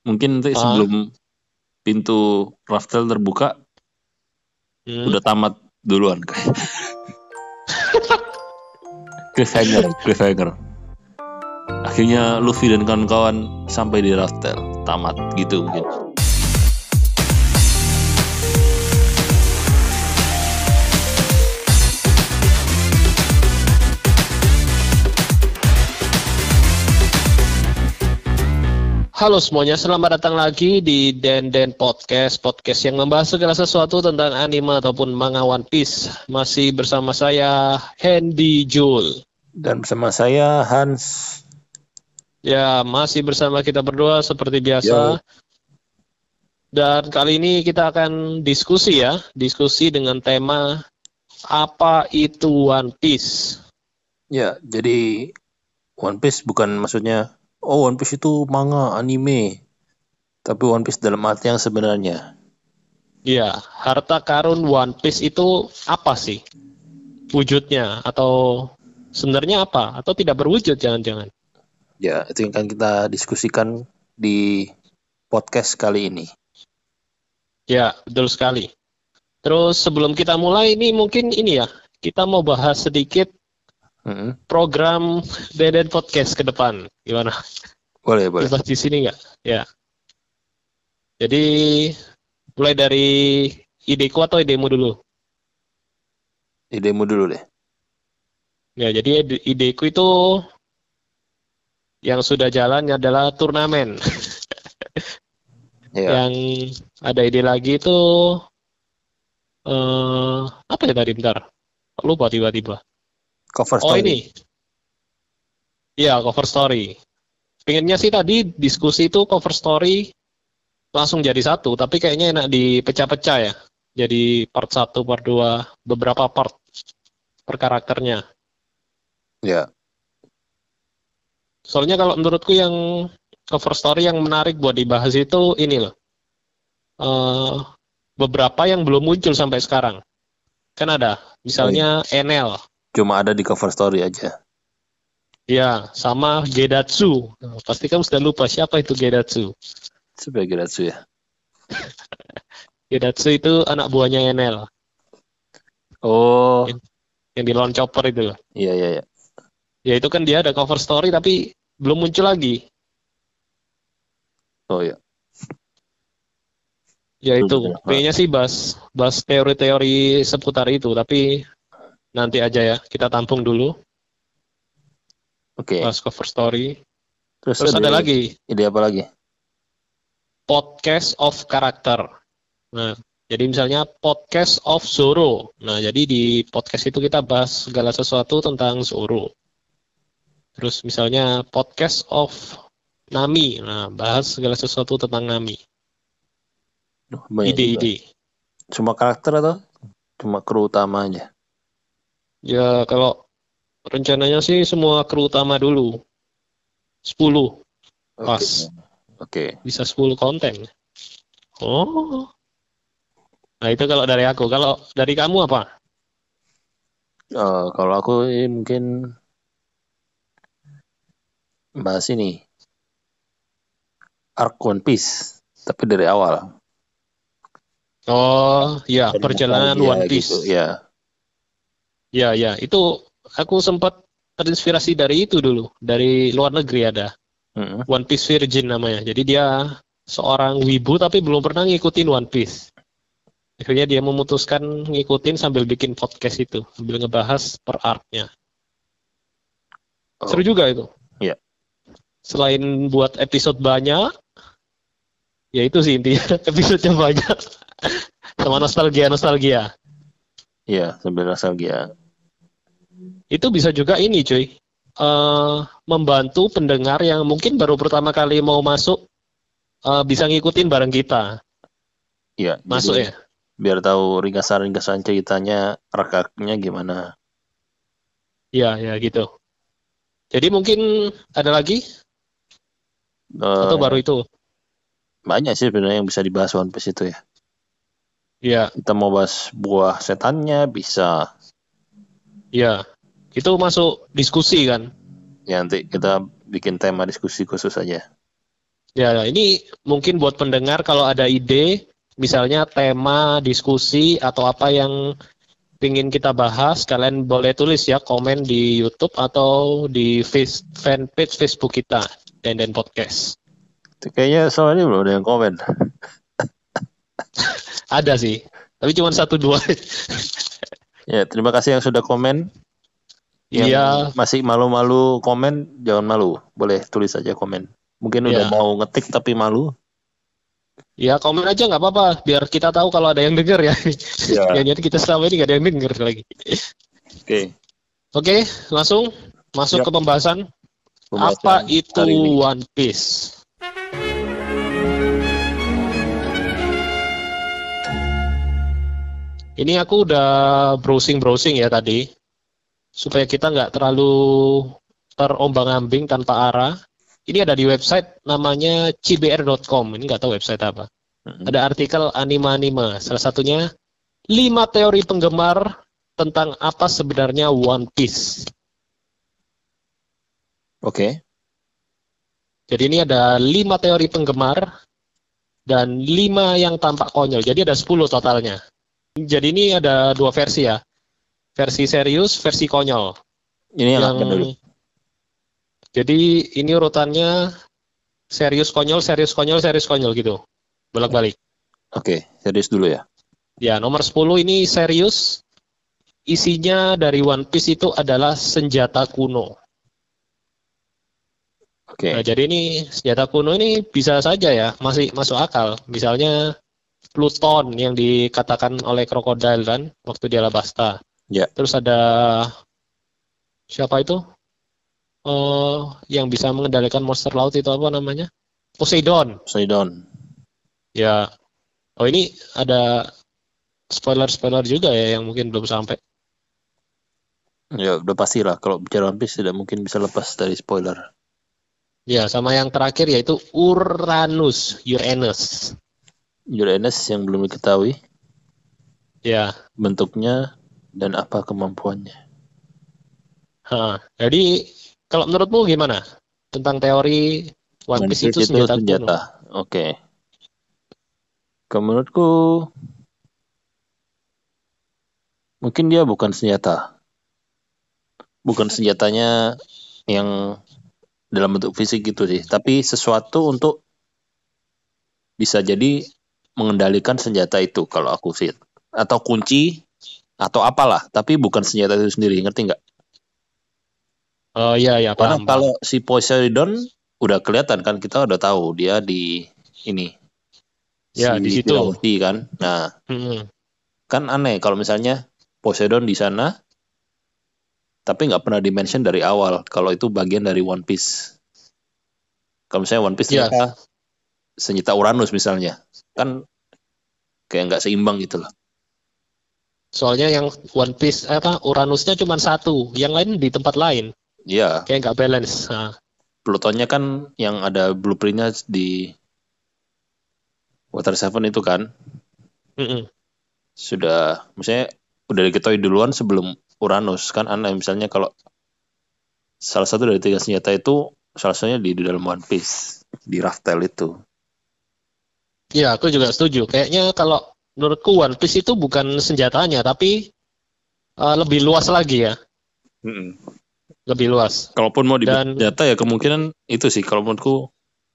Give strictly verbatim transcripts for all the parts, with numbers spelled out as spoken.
Mungkin nanti Ah. sebelum pintu Raftel terbuka, Hmm. udah tamat duluan kayak. cliffhanger, cliffhanger. Akhirnya Luffy dan kawan-kawan sampai di Raftel, tamat gitu mungkin. Halo semuanya, selamat datang lagi di Den Den Podcast, podcast yang membahas segala sesuatu tentang anime ataupun manga One Piece. Masih bersama saya, Hendy Jul. Dan bersama saya, Hans. Ya, masih bersama kita berdua seperti biasa. Yo. Dan kali ini kita akan diskusi ya, diskusi dengan tema apa itu One Piece. Ya, jadi One Piece bukan maksudnya, oh One Piece itu manga, anime. Tapi One Piece dalam arti yang sebenarnya. Ya, harta karun One Piece itu apa sih? Wujudnya atau sebenarnya apa? Atau tidak berwujud jangan-jangan? Ya, itu yang akan kita diskusikan di podcast kali ini. Ya, betul sekali. Terus sebelum kita mulai ini mungkin ini ya, kita mau bahas sedikit Mm-hmm. program Deden Podcast ke depan. Gimana? Boleh, boleh. Bahas di sini nggak? Ya. Jadi mulai dari ideku atau idemu dulu? Idemu dulu deh. Ya, jadi ide- ideku itu yang sudah jalan adalah turnamen. Ya, Yang ada ide lagi itu eh apa ya tadi bentar? Lupa tiba-tiba. cover Oh story. ini. Ya, cover story. Pengennya sih tadi diskusi itu cover story langsung jadi satu, tapi kayaknya enak dipecah-pecah ya. Jadi part satu, part dua, beberapa part per karakternya. Ya, Soalnya kalau menurutku yang cover story yang menarik buat dibahas itu ini loh. Eh, beberapa yang belum muncul sampai sekarang. Kan ada, misalnya Enel. cuma ada di cover story aja. Ya, sama Gedatsu. Nah, pasti kamu sudah lupa siapa itu Gedatsu. Sebagai Gedatsu ya. Gedatsu itu anak buahnya Enel. Oh, Yang, yang di Lone Chopper itu loh. iya, iya, iya. Ya itu kan dia ada cover story tapi belum muncul lagi. Oh iya. Ya itu, Betul, betul. pengennya sih bahas, bahas teori-teori seputar itu, tapi nanti aja ya, kita tampung dulu, Oke. bahas cover story. Terus, Terus ada lagi, ide apa lagi? podcast of character. Nah, jadi misalnya podcast of Zoro. Nah, jadi di podcast itu kita bahas segala sesuatu tentang Zoro. Terus misalnya podcast of Nami. Nah, bahas segala sesuatu tentang Nami. Duh, banyak juga. Ide-ide. Cuma karakter atau cuma kru utama aja? Ya, kalau rencananya sih semua kru utama dulu. sepuluh. Oke. Pas. Oke. Bisa sepuluh konten. Oh. Nah, itu kalau dari aku. Kalau dari kamu apa? Eh, kalau aku eh, mungkin bahas ini arc One Piece, tapi dari awal. Oh, ya, Dan perjalanan nostalgia One Piece. gitu, ya. Ya, ya. Itu aku sempat terinspirasi dari itu dulu. Dari luar negeri ada. Mm-hmm. One Piece Virgin namanya. Jadi dia seorang wibu tapi belum pernah ngikutin One Piece. Akhirnya dia memutuskan ngikutin sambil bikin podcast itu. Sambil ngebahas per arc-nya. Oh. Seru juga itu. Iya. Selain buat episode banyak, ya itu sih intinya. Episodenya banyak. Sama nostalgia-nostalgia. Iya, sambil nostalgia. Itu bisa juga ini cuy. Uh, membantu pendengar yang mungkin baru pertama kali mau masuk uh, bisa ngikutin bareng kita. Iya. Masuk jadi, ya. Biar tahu ringkasan-ringkasan ceritanya, arc-arc-nya gimana. Iya, ya gitu. Jadi mungkin ada lagi? Uh, Atau baru itu? Banyak sih sebenarnya yang bisa dibahas One Piece itu ya. Iya. Kita mau bahas buah setannya bisa. Iya. Itu masuk diskusi kan? Ya nanti kita bikin tema diskusi khusus aja. Ya, ini mungkin buat pendengar kalau ada ide, misalnya tema, diskusi, atau apa yang ingin kita bahas, kalian boleh tulis ya, komen di YouTube atau di face, fanpage Facebook kita, Denden Podcast. Kayaknya soalnya belum ada yang komen. Ada sih, tapi cuma satu dua. Ya, terima kasih yang sudah komen. Yang Iya, masih malu-malu komen, jangan malu. Boleh tulis aja komen. Mungkin udah Iya. mau ngetik tapi malu. ya komen aja nggak apa-apa, biar kita tahu kalau ada yang denger ya. Ya. Jangan kita selama ini nggak ada yang denger lagi. Oke. Oke, langsung masuk Yap. ke pembahasan. Pembahasan Apa itu hari ini. One Piece? Ini aku udah browsing-browsing ya tadi, supaya kita nggak terlalu terombang-ambing tanpa arah. Ini ada di website namanya c b r dot com. Ini nggak tahu website apa. Mm-mm. Ada artikel anime-anime. Salah satunya lima teori penggemar tentang apa sebenarnya One Piece. Oke. Jadi ini ada lima teori penggemar dan lima yang tampak konyol. Jadi ada sepuluh totalnya. Jadi ini ada dua versi ya. Versi serius, versi konyol. Ini yang, yang apa dulu? Jadi ini urutannya serius konyol, serius konyol, serius konyol gitu. Bolak-balik. Oke, serius dulu ya. Ya, nomor sepuluh ini serius. Isinya dari One Piece itu adalah senjata kuno. Oke. Nah, jadi ini senjata kuno ini bisa saja ya, masih masuk akal. Misalnya Pluton yang dikatakan oleh krokodil kan waktu di Alabasta. Ya. Terus ada siapa itu? Oh, yang bisa mengendalikan monster laut itu apa namanya? Poseidon. Poseidon. Ya. Oh, ini ada spoiler-spoiler juga ya yang mungkin belum sampai. Ya, udah pasti lah. Kalau bicara One Piece tidak mungkin bisa lepas dari spoiler. Ya, sama yang terakhir yaitu Uranus, Uranus. Uranus yang belum diketahui Ya. bentuknya dan apa kemampuannya. Ha. Jadi kalau menurutmu gimana tentang teori One Piece itu senjata, senjata. kuno? Oke. Kalau menurutku mungkin dia bukan senjata. Bukan senjatanya yang dalam bentuk fisik gitu sih, tapi sesuatu untuk bisa jadi mengendalikan senjata itu kalau aku sih, atau kunci atau apalah, tapi bukan senjata itu sendiri, ngerti nggak? Oh iya ya, Karena paham. kalau si Poseidon udah kelihatan kan, kita udah tahu dia di ini Ya, si di situ. Tirawati kan. Nah, Hmm. kan aneh kalau misalnya Poseidon di sana tapi nggak pernah dimention dari awal kalau itu bagian dari One Piece. Kalau misalnya One Piece Ya. ternyata senjata Uranus misalnya, kan kayak nggak seimbang gitu loh. Soalnya yang One Piece apa Uranusnya cuma satu, yang lain di tempat lain. Iya, Kayak nggak balance. Nah, Plutonnya kan yang ada blueprintnya di Water Seven itu kan mm-mm. sudah, misalnya udah diketahui duluan sebelum Uranus kan. Aneh misalnya kalau salah satu dari tiga senjata itu salah satunya di, di dalam One Piece di Raftel itu. Ya, aku juga setuju. Kayaknya kalau menurutku One Piece itu bukan senjatanya, tapi uh, lebih luas lagi ya. Mm-mm. Lebih luas. Kalaupun mau dibilang Dan- senjata ya kemungkinan itu sih kalau menurutku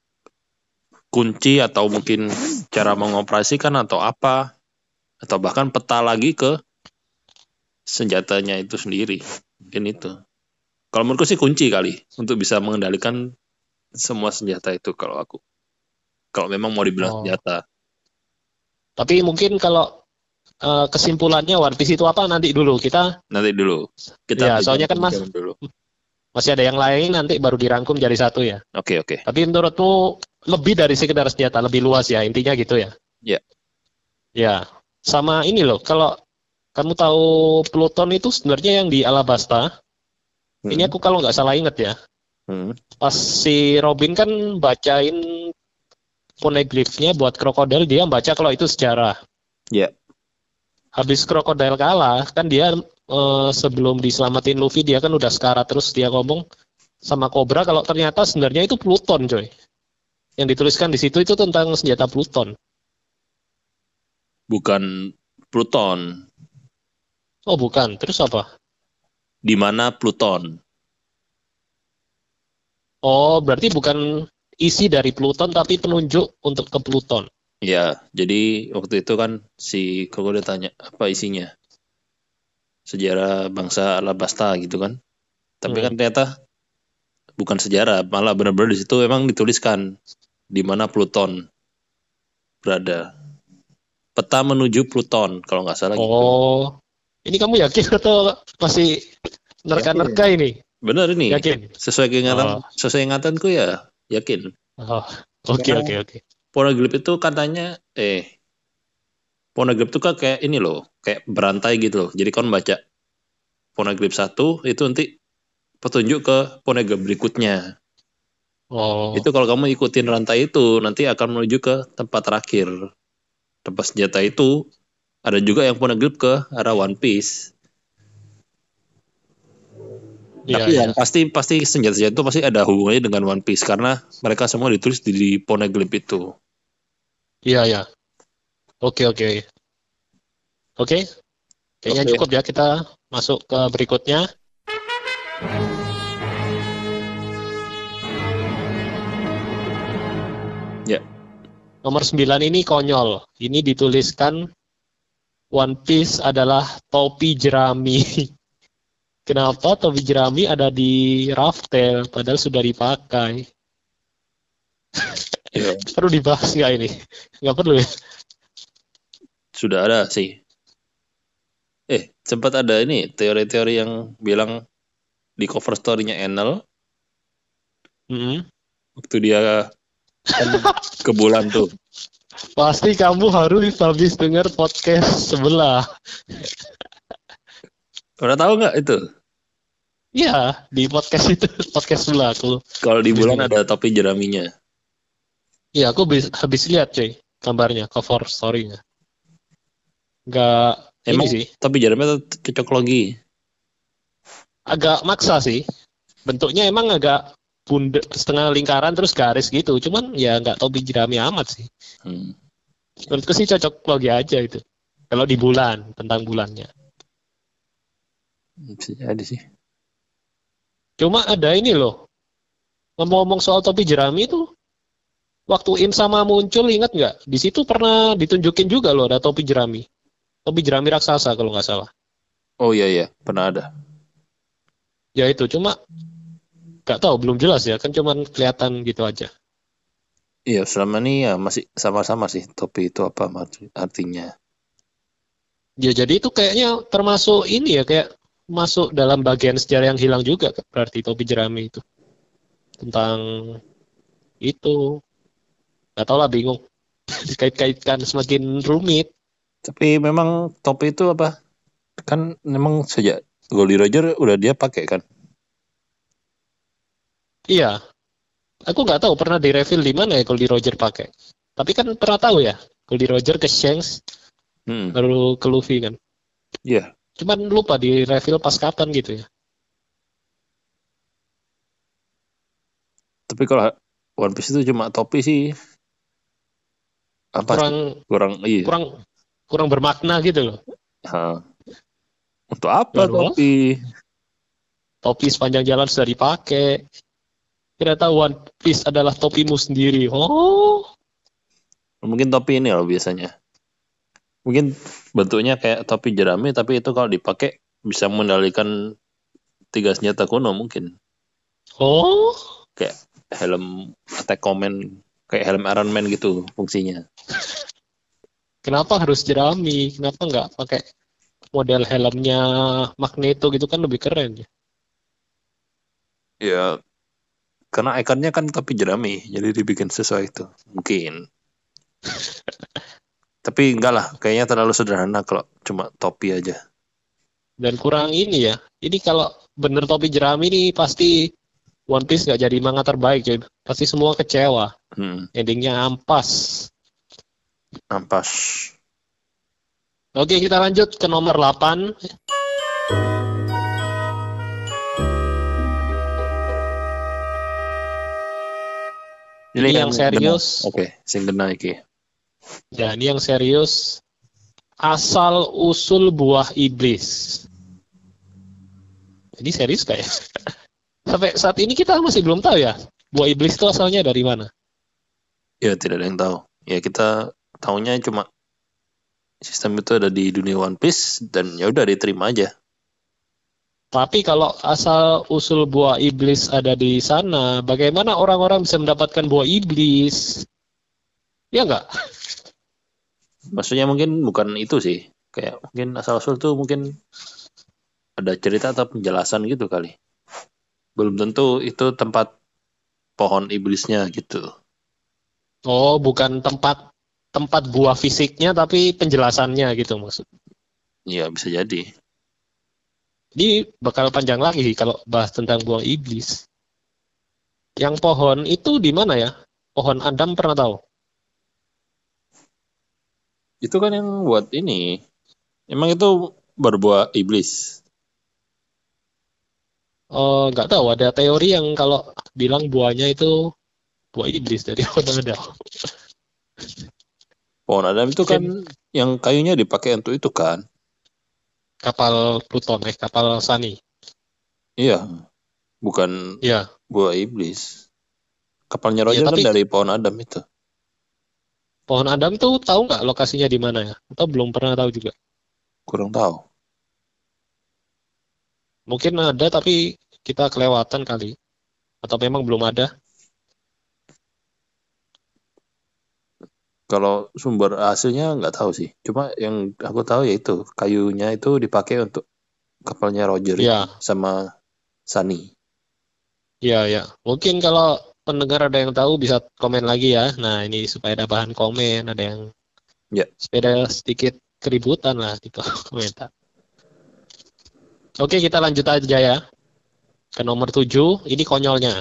kunci atau mungkin cara mengoperasikan atau apa, atau bahkan peta lagi ke senjatanya itu sendiri, mungkin itu. Kalau menurutku sih kunci kali untuk bisa mengendalikan semua senjata itu kalau aku. Kalau memang mau dibilang Oh. senjata. Tapi mungkin kalau uh, kesimpulannya One Piece itu apa nanti dulu kita Nanti dulu. Kita Ya, ambil soalnya kan, Mas, pembicaraan dulu. masih ada yang lain nanti baru dirangkum jadi satu ya. Oke, oke. Tapi menurutmu lebih dari sekedar senjata, lebih luas ya intinya gitu ya? Ya. Ya, sama ini loh, kalau kamu tahu Pluton itu sebenarnya yang di Alabasta, Hmm. ini aku kalau nggak salah inget ya, Hmm. pas si Robin kan bacain poneglyphnya buat krokodil, dia baca kalau itu sejarah. Ya. Habis krokodil kalah, kan dia eh, sebelum diselamatin Luffy, dia kan udah sekarat, terus dia ngomong sama Cobra kalau ternyata sebenarnya itu Pluton, coy. yang dituliskan di situ itu tentang senjata Pluton. Bukan Pluton. Oh bukan, terus apa? Di mana Pluton? Oh berarti bukan isi dari Pluton tapi penunjuk untuk ke Pluton. Ya, jadi waktu itu kan si Koko udah tanya apa isinya. Sejarah bangsa Alabasta gitu kan. Tapi Hmm. kan ternyata bukan sejarah, malah benar-benar di situ emang dituliskan di mana Pluton berada. Peta menuju Pluton kalau nggak salah gitu. Oh, ini kamu yakin atau masih nerka-nerka ini? Benar ini. Yakin? Sesuai ingatan, Oh. sesuai ingatanku ya yakin. Oh, oke Karena oke oke. Poneglyph itu katanya eh Poneglyph itu kan kayak ini loh, kayak berantai gitu loh. Jadi kan baca Poneglyph satu itu nanti petunjuk ke Poneglyph berikutnya. Oh, Itu kalau kamu ikutin rantai itu nanti akan menuju ke tempat terakhir. Tempat senjata itu ada juga yang Poneglyph ke arah One Piece. iya Tapi iya. yang pasti pasti senjata-senjata itu pasti ada hubungannya dengan One Piece karena mereka semua ditulis di, di Poneglyph itu. Iya iya. Oke oke. Oke, kayaknya Oke. cukup ya kita masuk ke berikutnya. Ya. Nomor sembilan ini konyol. Ini dituliskan One Piece adalah topi jerami. Kenapa topi jerami ada di Raftel padahal sudah dipakai? Ya. Perlu dibahas nggak ini? Nggak perlu ya? Sudah ada sih. Eh, sempat ada ini teori-teori yang bilang di cover story-nya Enel Mm-mm. waktu dia kan ke bulan tuh. Pasti kamu harus habis dengar podcast sebelah. Udah tahu nggak itu? Iya, di podcast itu, podcast sebelah aku. Kalau di Habis bulan dengar. ada topi jeraminya. Iya, aku habis, habis lihat cuy gambarnya, cover story-nya. Nggak ini Emang sih, topi jeraminya cocok logi. agak maksa sih. Bentuknya emang agak bunda, setengah lingkaran terus garis gitu. Cuman ya nggak topi jerami amat sih. Hmm. Menurutku sih cocok logi aja itu. Kalau di bulan, tentang bulannya. Bisa jadi sih. Cuma ada ini loh. Ngomong-ngomong soal topi jerami itu, waktu Insama muncul ingat nggak? Di situ pernah ditunjukin juga loh ada topi jerami. Topi jerami raksasa kalau nggak salah. Oh iya iya, pernah ada. Ya itu, cuma nggak tahu, belum jelas ya. Kan cuman kelihatan gitu aja. Iya, selama ini ya masih sama-sama sih topi itu apa artinya. Ya jadi itu kayaknya termasuk ini ya, kayak masuk dalam bagian sejarah yang hilang juga berarti topi jerami itu. Tentang itu. Nggak tahu lah, bingung. Dikait-kaitkan semakin rumit. Tapi memang topi itu apa? Kan memang sejak Goldie Roger udah dia pakai kan? Iya. Aku nggak tahu pernah di reveal di mana ya Goldie Roger pakai. Tapi kan pernah tahu ya. Goldie Roger ke Shanks, Hmm. baru ke Luffy kan. Iya. Cuman lupa di reveal pas kapan gitu ya. Tapi kalau One Piece itu cuma topi sih. Apa Kurang sih? Kurang iya. kurang kurang bermakna gitu loh. Ha. Untuk apa Baru topi? topi sepanjang jalan sudah dipakai. Kira tahu One Piece adalah topimu sendiri. Oh, Mungkin topi ini loh biasanya. Mungkin bentuknya kayak topi jerami tapi itu kalau dipakai bisa mengendalikan tiga senjata kuno mungkin. oh, Kayak helm attack command, kayak helm Iron Man gitu fungsinya. kenapa harus jerami? Kenapa nggak pakai model helmnya Magneto gitu kan lebih keren ya? Ya karena ikonnya kan topi jerami, jadi dibikin sesuai itu. Mungkin. Tapi enggak lah, kayaknya terlalu sederhana kalau cuma topi aja. Dan kurang ini ya. Ini kalau bener topi jerami nih pasti One Piece nggak jadi manga terbaik coy. Pasti semua kecewa. Hmm, Endingnya ampas. ampas. Oke, kita lanjut ke nomor delapan. Ini yang serius. Oke, okay, sing kena iki. Ya, ini yang serius. Asal usul buah iblis. Ini serius kayak. Sampai saat ini kita masih belum tahu ya, buah iblis itu asalnya dari mana? Ya, tidak ada yang tahu. Ya, kita tahunya cuma sistem itu ada di dunia One Piece dan ya udah diterima aja. Tapi kalau asal usul buah iblis ada di sana, bagaimana orang-orang bisa mendapatkan buah iblis? Ya enggak? Maksudnya mungkin bukan itu sih. Kayak mungkin asal usul tuh mungkin ada cerita atau penjelasan gitu kali. Belum tentu itu tempat pohon iblisnya gitu. Oh, bukan tempat tempat buah fisiknya tapi penjelasannya gitu maksud. Ya, bisa jadi. Ini bakal panjang lagi kalau bahas tentang buah iblis. Yang pohon itu di mana ya? Pohon Adam pernah tahu? Itu kan yang buat ini. Emang itu berbuah iblis? Oh, nggak tahu. Ada teori yang kalau bilang buahnya itu buah iblis dari pohon Adam. Pohon Adam itu kan yang kayunya dipakai untuk itu kan? Kapal Pluton, eh kapal Sunny. Iya, bukan Iya. buah iblis. Kapalnya Roger Ya, tapi kan dari pohon Adam itu. pohon Adam tuh tahu nggak lokasinya di mana ya? Atau belum pernah tahu juga? Kurang tahu. Mungkin ada tapi kita kelewatan kali. Atau memang belum ada? Kalau sumber hasilnya nggak tahu sih. Cuma yang aku tahu yaitu kayunya itu dipakai untuk kapalnya Roger Ya, itu sama Sunny. ya, ya. Mungkin kalau pendengar ada yang tahu bisa komen lagi ya. Nah, ini supaya ada bahan komen, ada yang Ya. sepeda sedikit keributan lah gitu komentar. Oke, kita lanjut aja ya. Ke nomor tujuh, ini konyolnya.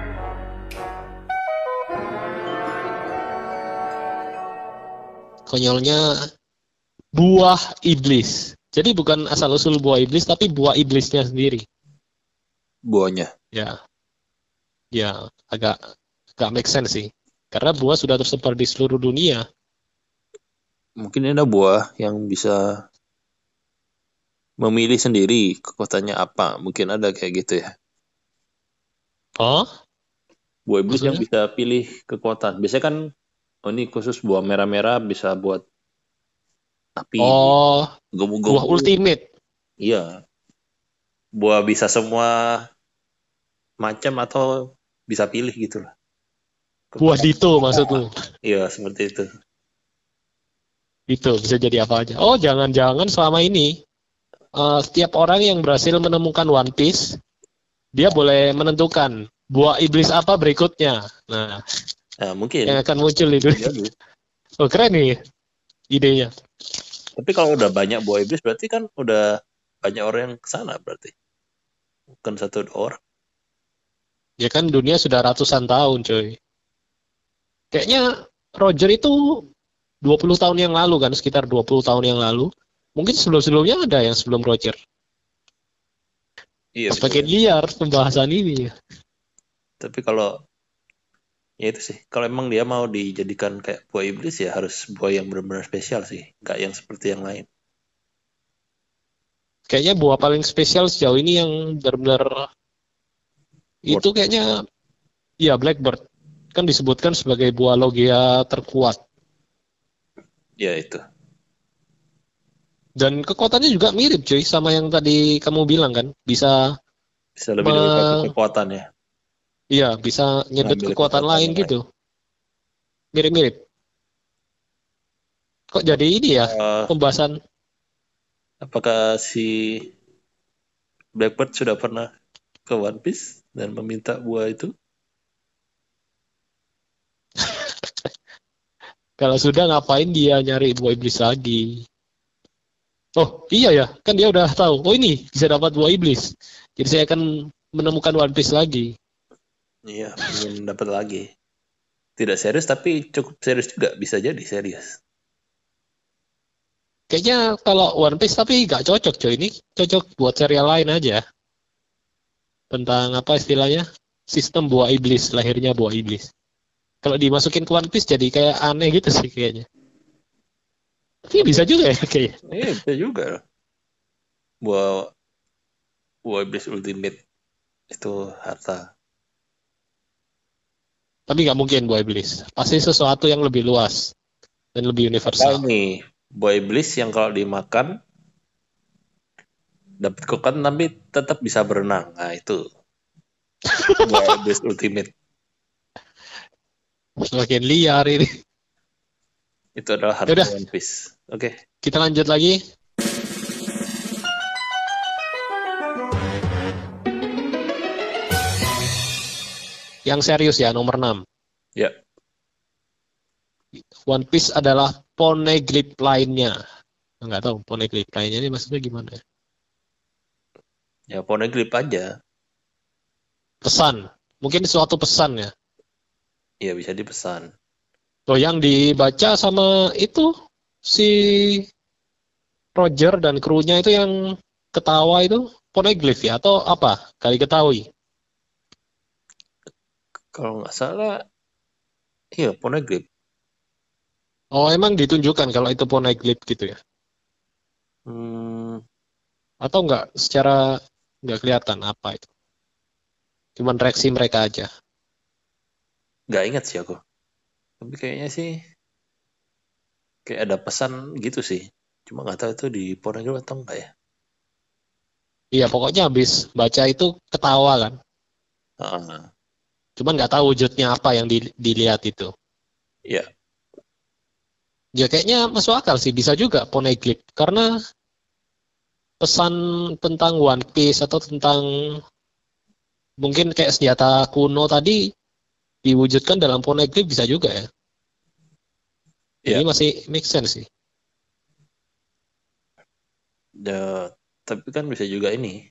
Konyolnya buah iblis. Jadi bukan asal-usul buah iblis, tapi buah iblisnya sendiri. Buahnya. Ya, ya agak agak make sense sih. Karena buah sudah tersebar di seluruh dunia. Mungkin ada buah yang bisa memilih sendiri kekuatannya apa. Mungkin ada kayak gitu ya. Oh? Buah iblis Maksudnya? yang bisa pilih kekuatan. Biasanya kan, oh ini khusus buah merah-merah bisa buat api. Oh, Gomu-gomu. buah ultimate. Iya. Buah bisa semua macam atau bisa pilih gitu lah. Buah Dito maksudmu? Iya, seperti itu. Itu bisa jadi apa aja. Oh, jangan-jangan selama ini uh, setiap orang yang berhasil menemukan One Piece, dia boleh menentukan buah iblis apa berikutnya. Nah, Nah, mungkin. yang akan muncul itu. Jadi. Oh, keren nih idenya. Tapi kalau udah banyak buah iblis berarti kan udah banyak orang yang kesana berarti. Bukan satu dua orang. Ya kan dunia sudah ratusan tahun, coy. Kayaknya Roger itu dua puluh tahun yang lalu kan, sekitar dua puluh tahun yang lalu. Mungkin sebelum-sebelumnya ada yang sebelum Roger. Iya. Semakin liar pembahasan ini. Tapi kalau ya itu sih, kalau emang dia mau dijadikan kayak buah iblis ya harus buah yang benar-benar spesial sih, nggak yang seperti yang lain. Kayaknya buah paling spesial sejauh ini yang benar-benar itu kayaknya ya Blackbird. Kan disebutkan sebagai buah logia terkuat. Ya itu. Dan kekuatannya juga mirip cuy sama yang tadi kamu bilang kan. Bisa bisa lebih dari satu kekuatan ya. Iya, bisa nyedot kekuatan, kekuatan lain gitu. Mirip-mirip. Kok jadi ini ya uh, pembahasan? Apakah si Blackbird sudah pernah ke One Piece dan meminta buah itu? Kalau sudah ngapain dia nyari buah iblis lagi? Oh iya ya, kan dia udah tahu. Oh ini bisa dapat buah iblis. Jadi saya akan menemukan One Piece lagi. Iya, ingin dapat lagi. Tidak serius tapi cukup serius juga, bisa jadi serius. Kayaknya kalau One Piece tapi nggak cocok coy, ini cocok buat serial lain aja. Tentang apa istilahnya? Sistem buah iblis, lahirnya buah iblis. Kalau dimasukin ke One Piece jadi kayak aneh gitu sih kayaknya. Tapi bisa juga ya kayaknya. Iya bisa juga. Buah buah iblis ultimate itu harta. Tapi nggak mungkin buah iblis. Pasti sesuatu yang lebih luas dan lebih Apa universal. ini buah iblis yang kalau dimakan dapat kokan tapi tetap bisa berenang. Nah itu buah iblis ultimate. Semakin liar ini. Itu adalah harta Yaudah, One Piece. Oke. Okay. kita lanjut lagi. Yang serius ya, nomor enam. Ya. One Piece adalah poneglyph lainnya. Nggak tahu poneglyph lainnya ini maksudnya gimana ya? Ya poneglyph aja. Pesan. Mungkin suatu pesan ya. Iya bisa dipesan. Loh yang dibaca sama itu si Roger dan krunya itu yang ketawa itu poneglyph ya atau apa? Kali ketahui. Kalau nggak salah, iya poneglyph. Oh emang ditunjukkan kalau itu poneglyph gitu ya? Hmm, Atau nggak secara nggak kelihatan apa itu? Cuman reaksi mereka aja. nggak ingat sih aku. Tapi kayaknya sih kayak ada pesan gitu sih. Cuma nggak tahu itu di poneglyph atau enggak ya. Iya pokoknya habis baca itu ketawa kan. Ah, Cuman nggak tahu wujudnya apa yang di- dilihat itu. iya. Ya kayaknya masuk akal sih bisa juga poneglyph karena pesan tentang One Piece atau tentang mungkin kayak senjata kuno tadi diwujudkan dalam poneglyph bisa juga ya. Jadi Iya. masih make sense sih. Ya, tapi kan bisa juga ini.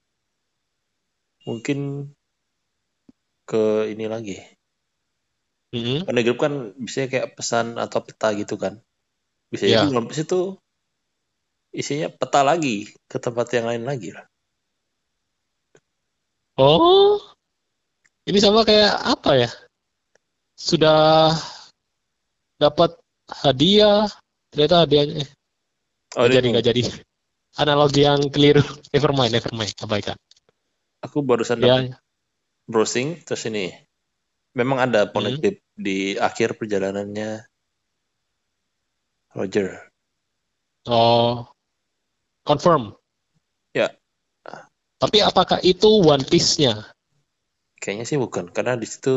Mungkin ke ini lagi. Mm-hmm. Poneglyph kan bisa kayak pesan atau peta gitu kan. Bisa jadi Ya. One Piece itu isinya peta lagi ke tempat yang lain lagi lah. Oh, ini sama kayak apa ya? Sudah dapat hadiah, ternyata hadiahnya eh, Oh nggak jadi ini, nggak jadi. Analogi yang keliru. Never mind, never mind. Abaikan. aku barusan dapat Ya. browsing terus ini. Memang ada Hmm. poneglyph di akhir perjalanannya Roger. Oh, confirm. Ya, Tapi apakah itu One Piece-nya? kayaknya sih bukan karena di situ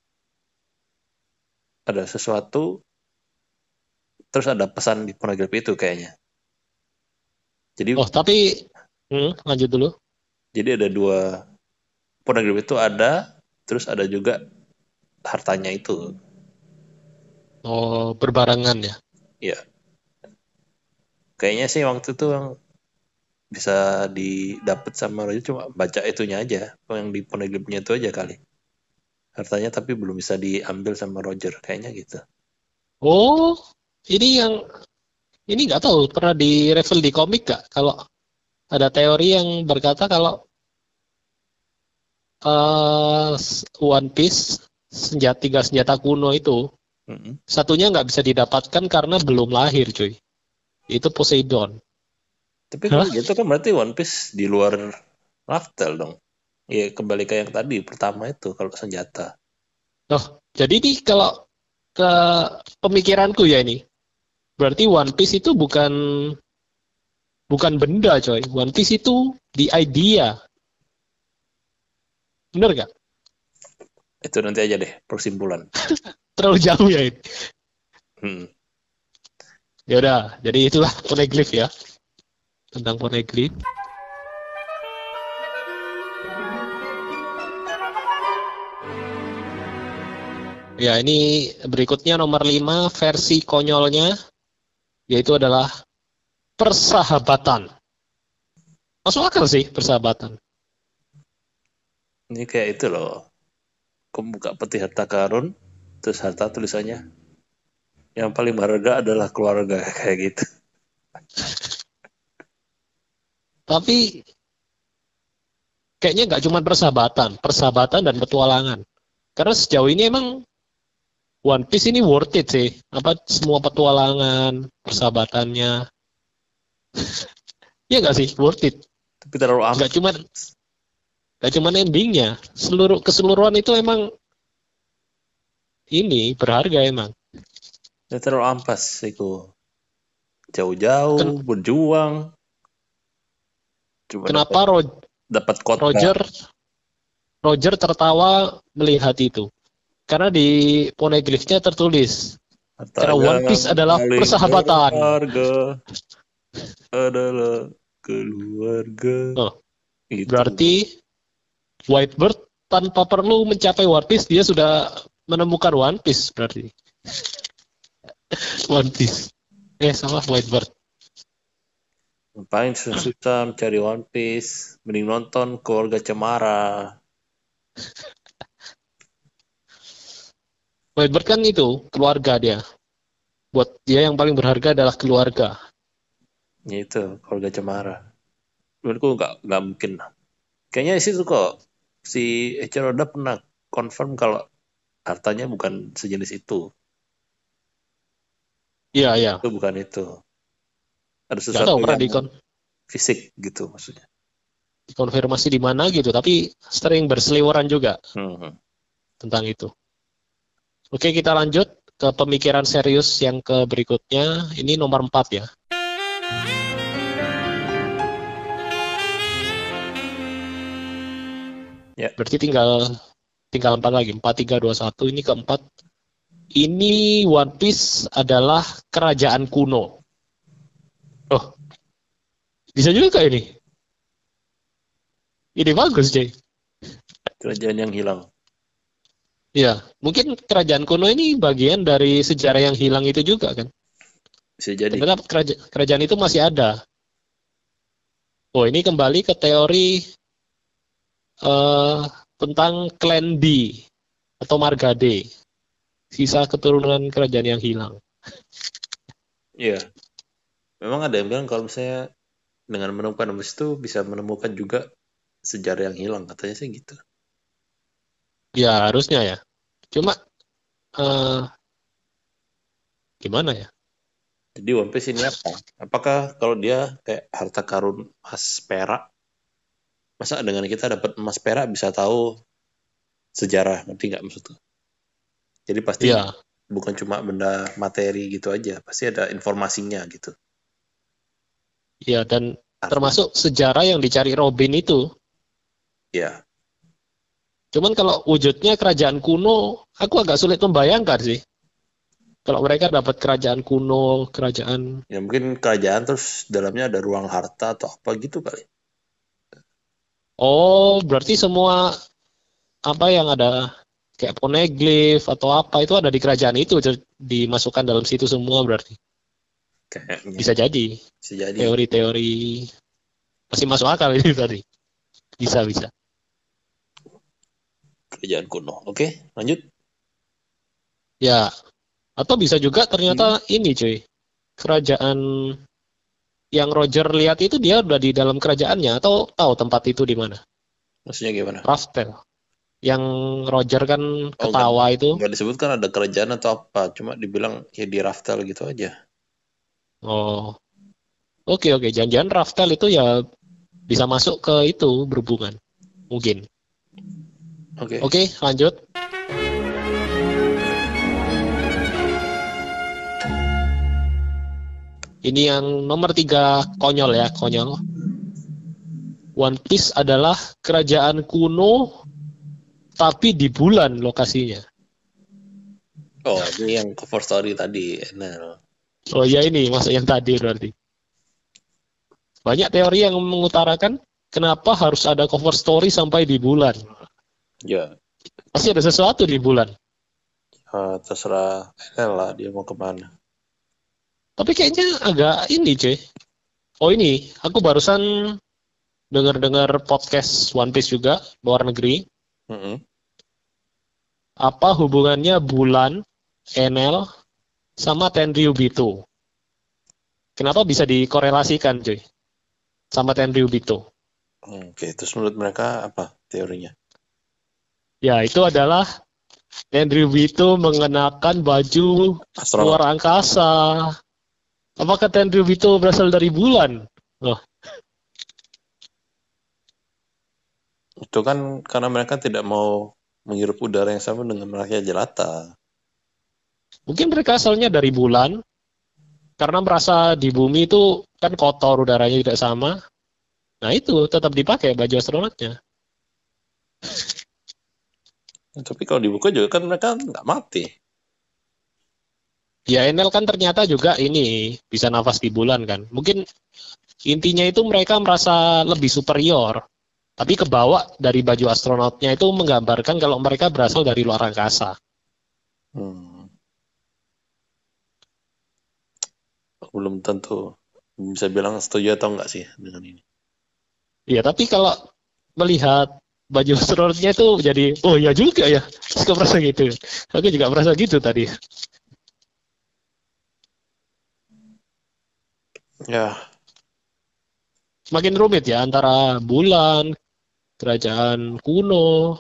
ada sesuatu terus ada pesan di poneglyph itu kayaknya. Jadi Oh, tapi hmm, lanjut dulu. jadi ada dua poneglyph itu ada terus ada juga hartanya itu. Oh, berbarengan ya. Ya, kayaknya sih waktu itu yang bisa didapat sama Roger cuma baca itunya aja, yang di poneglyphnya itu aja kali. Hartanya tapi belum bisa diambil sama Roger kayaknya gitu. Oh, ini yang ini nggak tahu pernah di reveal di komik nggak? Kalau ada teori yang berkata kalau uh, One Piece senjata tiga senjata kuno itu Mm-mm. satunya nggak bisa didapatkan karena belum lahir, cuy. Itu Poseidon. Tapi kalau Hah? gitu kan berarti One Piece di luar Raftel dong. Ya kembali ke yang tadi pertama itu kalau senjata. Loh, jadi nih kalau ke pemikiranku ya ini, berarti One Piece itu bukan bukan benda, coy. One Piece itu the idea. Bener nggak? Itu nanti aja deh persimpulan. Terlalu jauh ya ini. Hmm. Ya udah, jadi itulah poneglyph ya. Tentang poneglyph. Ya, ini berikutnya nomor lima versi konyolnya yaitu adalah persahabatan. Masuk akal sih persahabatan. Ini kayak itu loh. Kamu buka peti harta karun, terus harta tulisannya yang paling berharga adalah keluarga kayak gitu. Tapi kayaknya nggak cuma persahabatan, persahabatan dan petualangan. Karena sejauh ini emang One Piece ini worth it sih. Apa semua petualangan, persahabatannya. Ya nggak sih, worth it. Tapi terlalu Nggak ampas. cuman nggak cuman endingnya, seluruh keseluruhan itu emang ini berharga emang. Ya, terlalu ampas itu. Ken- Jauh-jauh berjuang. Cuma dapat kenapa Ro- dapat kota. Roger Roger tertawa melihat itu? Karena di poneglyphnya tertulis, karena Hartanya One Piece adalah paling persahabatan. berharga adalah keluarga. Oh, Itu. berarti Whitebird tanpa perlu mencapai One Piece, dia sudah menemukan One Piece berarti. One Piece. Eh, salah, Whitebird. Ngapain susah-susah mencari One Piece? Mending nonton Keluarga Cemara. Whitebird kan itu, keluarga dia. Buat dia yang paling berharga adalah keluarga. Ya itu, Keluarga Cemara. Menurutku nggak nggak mungkin. Kayaknya di situ kok si Echiro-Oda pernah confirm kalau hartanya bukan sejenis itu. Iya, iya. Itu bukan itu. Ada Nggak sesuatu tahu pernah yang dikon fisik gitu maksudnya. dikonfirmasi di mana gitu, tapi sering berseliweran juga Hmm. tentang itu. Oke, kita lanjut ke pemikiran serius yang ke berikutnya. Ini nomor empat ya. Ya. Berarti tinggal tinggal empat lagi. Empat, tiga, dua, satu. Ini keempat. Ini One Piece adalah kerajaan kuno. Oh, bisa juga kayak ini. Ini bagus, Jay. Kerajaan yang hilang. Ya, mungkin kerajaan kuno ini bagian dari sejarah yang hilang itu juga kan. Bisa jadi. Ternyata keraja- kerajaan itu masih ada. Oh, ini kembali ke teori eh, tentang Clan B atau Margade. Sisa keturunan kerajaan yang hilang. Iya. Memang ada yang bilang kalau misalnya dengan menemukan emas itu bisa menemukan juga sejarah yang hilang. Katanya sih gitu. Ya, harusnya ya. Cuma eh, gimana ya? Jadi One Piece ini apa? Apakah kalau dia kayak harta karun emas perak, masa dengan kita dapat emas perak bisa tahu sejarah, ngerti nggak maksudku? Jadi pasti Ya, bukan cuma benda materi gitu aja, pasti ada informasinya gitu. ya dan Artinya, termasuk sejarah yang dicari Robin itu. ya, Cuman kalau wujudnya kerajaan kuno, aku agak sulit membayangkan sih. Kalau mereka dapat kerajaan kuno, kerajaan... ya mungkin kerajaan terus dalamnya ada ruang harta atau apa gitu kali. Oh, berarti semua apa yang ada kayak poneglyph atau apa itu ada di kerajaan itu, jadi dimasukkan dalam situ semua berarti. Kayaknya Bisa jadi. bisa jadi Teori-teori masih masuk akal ini tadi. Bisa, bisa. kerajaan kuno. Oke, lanjut. Ya, atau bisa juga ternyata ini cuy. Kerajaan yang Roger lihat itu dia udah di dalam kerajaannya atau tahu tempat itu di mana? Maksudnya gimana? Raftel. Yang Roger kan Oh, ketawa itu. nggak disebutkan ada kerajaan atau apa, cuma dibilang ya di Raftel gitu aja. Oh. Oke, oke. Jangan-jangan Raftel itu ya bisa masuk ke itu berhubungan. Mungkin. Oke. Oke, lanjut. Ini yang nomor tiga konyol ya, konyol. One Piece adalah kerajaan kuno tapi di bulan lokasinya. Oh, ini yang cover story tadi. Nah, Oh ya ini masuk yang tadi berarti. Banyak teori yang mengutarakan kenapa harus ada cover story sampai di bulan. ya, Pasti ada sesuatu di bulan. eh, terserah Enel lah dia mau kemana. Tapi kayaknya agak ini cuy. Oh ini, aku barusan dengar-dengar podcast One Piece juga, luar negeri. Mm-mm. Apa hubungannya bulan, Enel, sama Tenryubito? Kenapa bisa dikorelasikan cuy? Sama Tenryubito? Oke, terus menurut mereka apa teorinya? Ya itu adalah Tenryu Bito mengenakan baju Astronot. luar angkasa. Apakah Tenryu Bito berasal dari bulan? Oh, Itu kan karena mereka tidak mau menghirup udara yang sama dengan rakyat jelata. mungkin mereka asalnya dari bulan karena merasa di bumi itu kan kotor, udaranya tidak sama. Nah itu tetap dipakai baju astronotnya. Tapi kalau dibuka juga kan mereka nggak mati. Ya Enel kan ternyata juga ini bisa nafas di bulan kan. Mungkin intinya itu mereka merasa lebih superior. Tapi kebawa dari baju astronotnya itu menggambarkan kalau mereka berasal dari luar angkasa. Hmm. Belum tentu bisa bilang setuju atau enggak sih dengan ini. Ya tapi kalau melihat baju astronotnya itu jadi, oh ya juga ya. Aku merasa gitu. Aku juga merasa gitu tadi. Ya, Semakin rumit ya antara bulan, kerajaan kuno.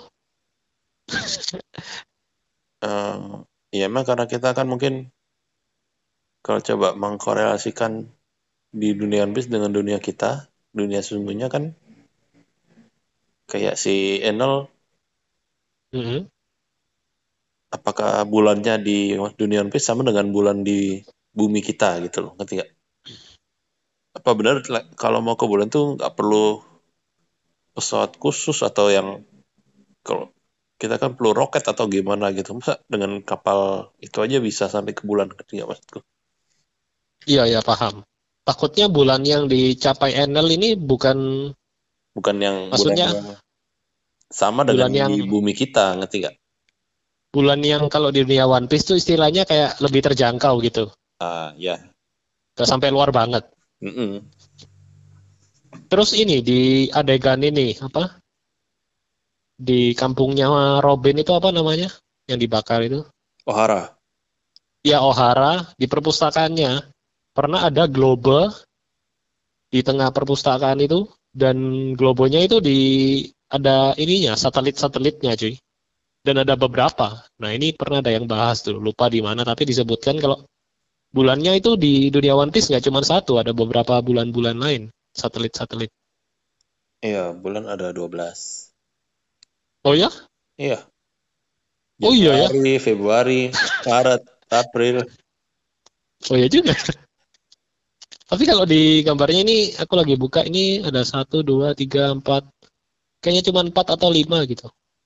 eh, ya emang karena kita kan mungkin kalau coba mengkorelasikan di dunia One Piece dengan dunia kita, dunia sesungguhnya kan kayak si Enel, Mhm. apakah bulannya di dunia One Piece sama dengan bulan di bumi kita gitu loh, ngerti nggak? Apa benar la- kalau mau ke bulan tuh nggak perlu pesawat khusus atau yang kalau kita kan perlu roket atau gimana gitu, masa dengan kapal itu aja bisa sampai ke bulan, ngerti nggak maksudku? Iya ya paham. Takutnya bulan yang dicapai Enel ini bukan, Bukan yang bulan maksudnya yang sama dengan bulan yang di bumi kita, ngerti nggak? bulan yang kalau di dunia One Piece tuh istilahnya kayak lebih terjangkau gitu. Ah ya. Gak sampai luar banget. Mm-mm. Terus ini di adegan ini apa? Di kampungnya Robin itu apa namanya? Yang dibakar itu? Ohara. Ya Ohara di perpustakaannya pernah ada globe di tengah perpustakaan itu dan globonya itu di ada ininya satelit-satelitnya cuy. Dan ada beberapa. Nah ini pernah ada yang bahas tuh, lupa di mana tapi disebutkan kalau bulannya itu di dunia One Piece nggak cuma satu, ada beberapa bulan-bulan lain, satelit-satelit. Iya, bulan ada dua belas. Oh ya? Iya, Oh iya ya? Januari, Februari, Maret, April. Oh ya juga. Tapi kalau di gambarnya ini, aku lagi buka ini ada satu, dua, tiga, empat. Kayaknya cuma empat atau lima gitu.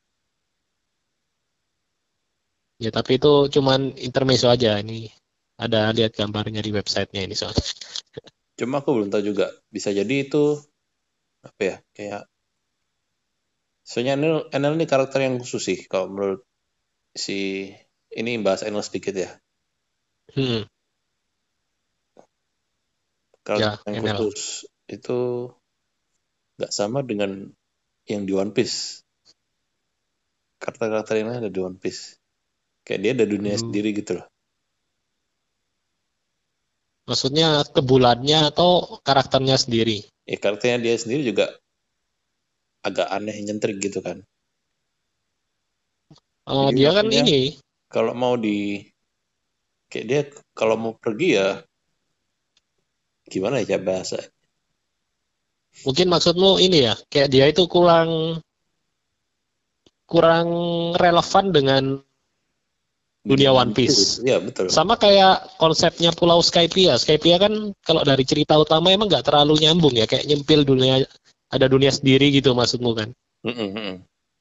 Ya tapi itu cuman intermezzo aja ini. Ada lihat gambarnya di websitenya ini soalnya. Cuma aku belum tahu juga. Bisa jadi itu apa ya? Kayak soalnya Enel, Enel ini karakter yang khusus sih kalau menurut si ini bahas Enel sedikit ya. Hmm, Karakter ya, yang Enel. khusus itu nggak sama dengan yang di One Piece. Karakter-karakter yang lain ada di One Piece. Kayak dia ada dunia Hmm. sendiri gitu loh. Maksudnya ke bulannya atau karakternya sendiri? Ya karakternya dia sendiri juga agak aneh nyentrik gitu kan. Oh, Jadi dia kan maksudnya ini. kalau mau di kayak dia kalau mau pergi ya gimana ya bahasa Mungkin maksudmu ini ya, kayak dia itu kurang kurang relevan dengan dunia dunia One itu. Piece. Ya betul. Sama kayak konsepnya Pulau Skypiea. Skypiea kan kalau dari cerita utama emang nggak terlalu nyambung ya, kayak nyempil dunia, ada dunia sendiri gitu maksudmu kan? Mm-mm, mm-mm.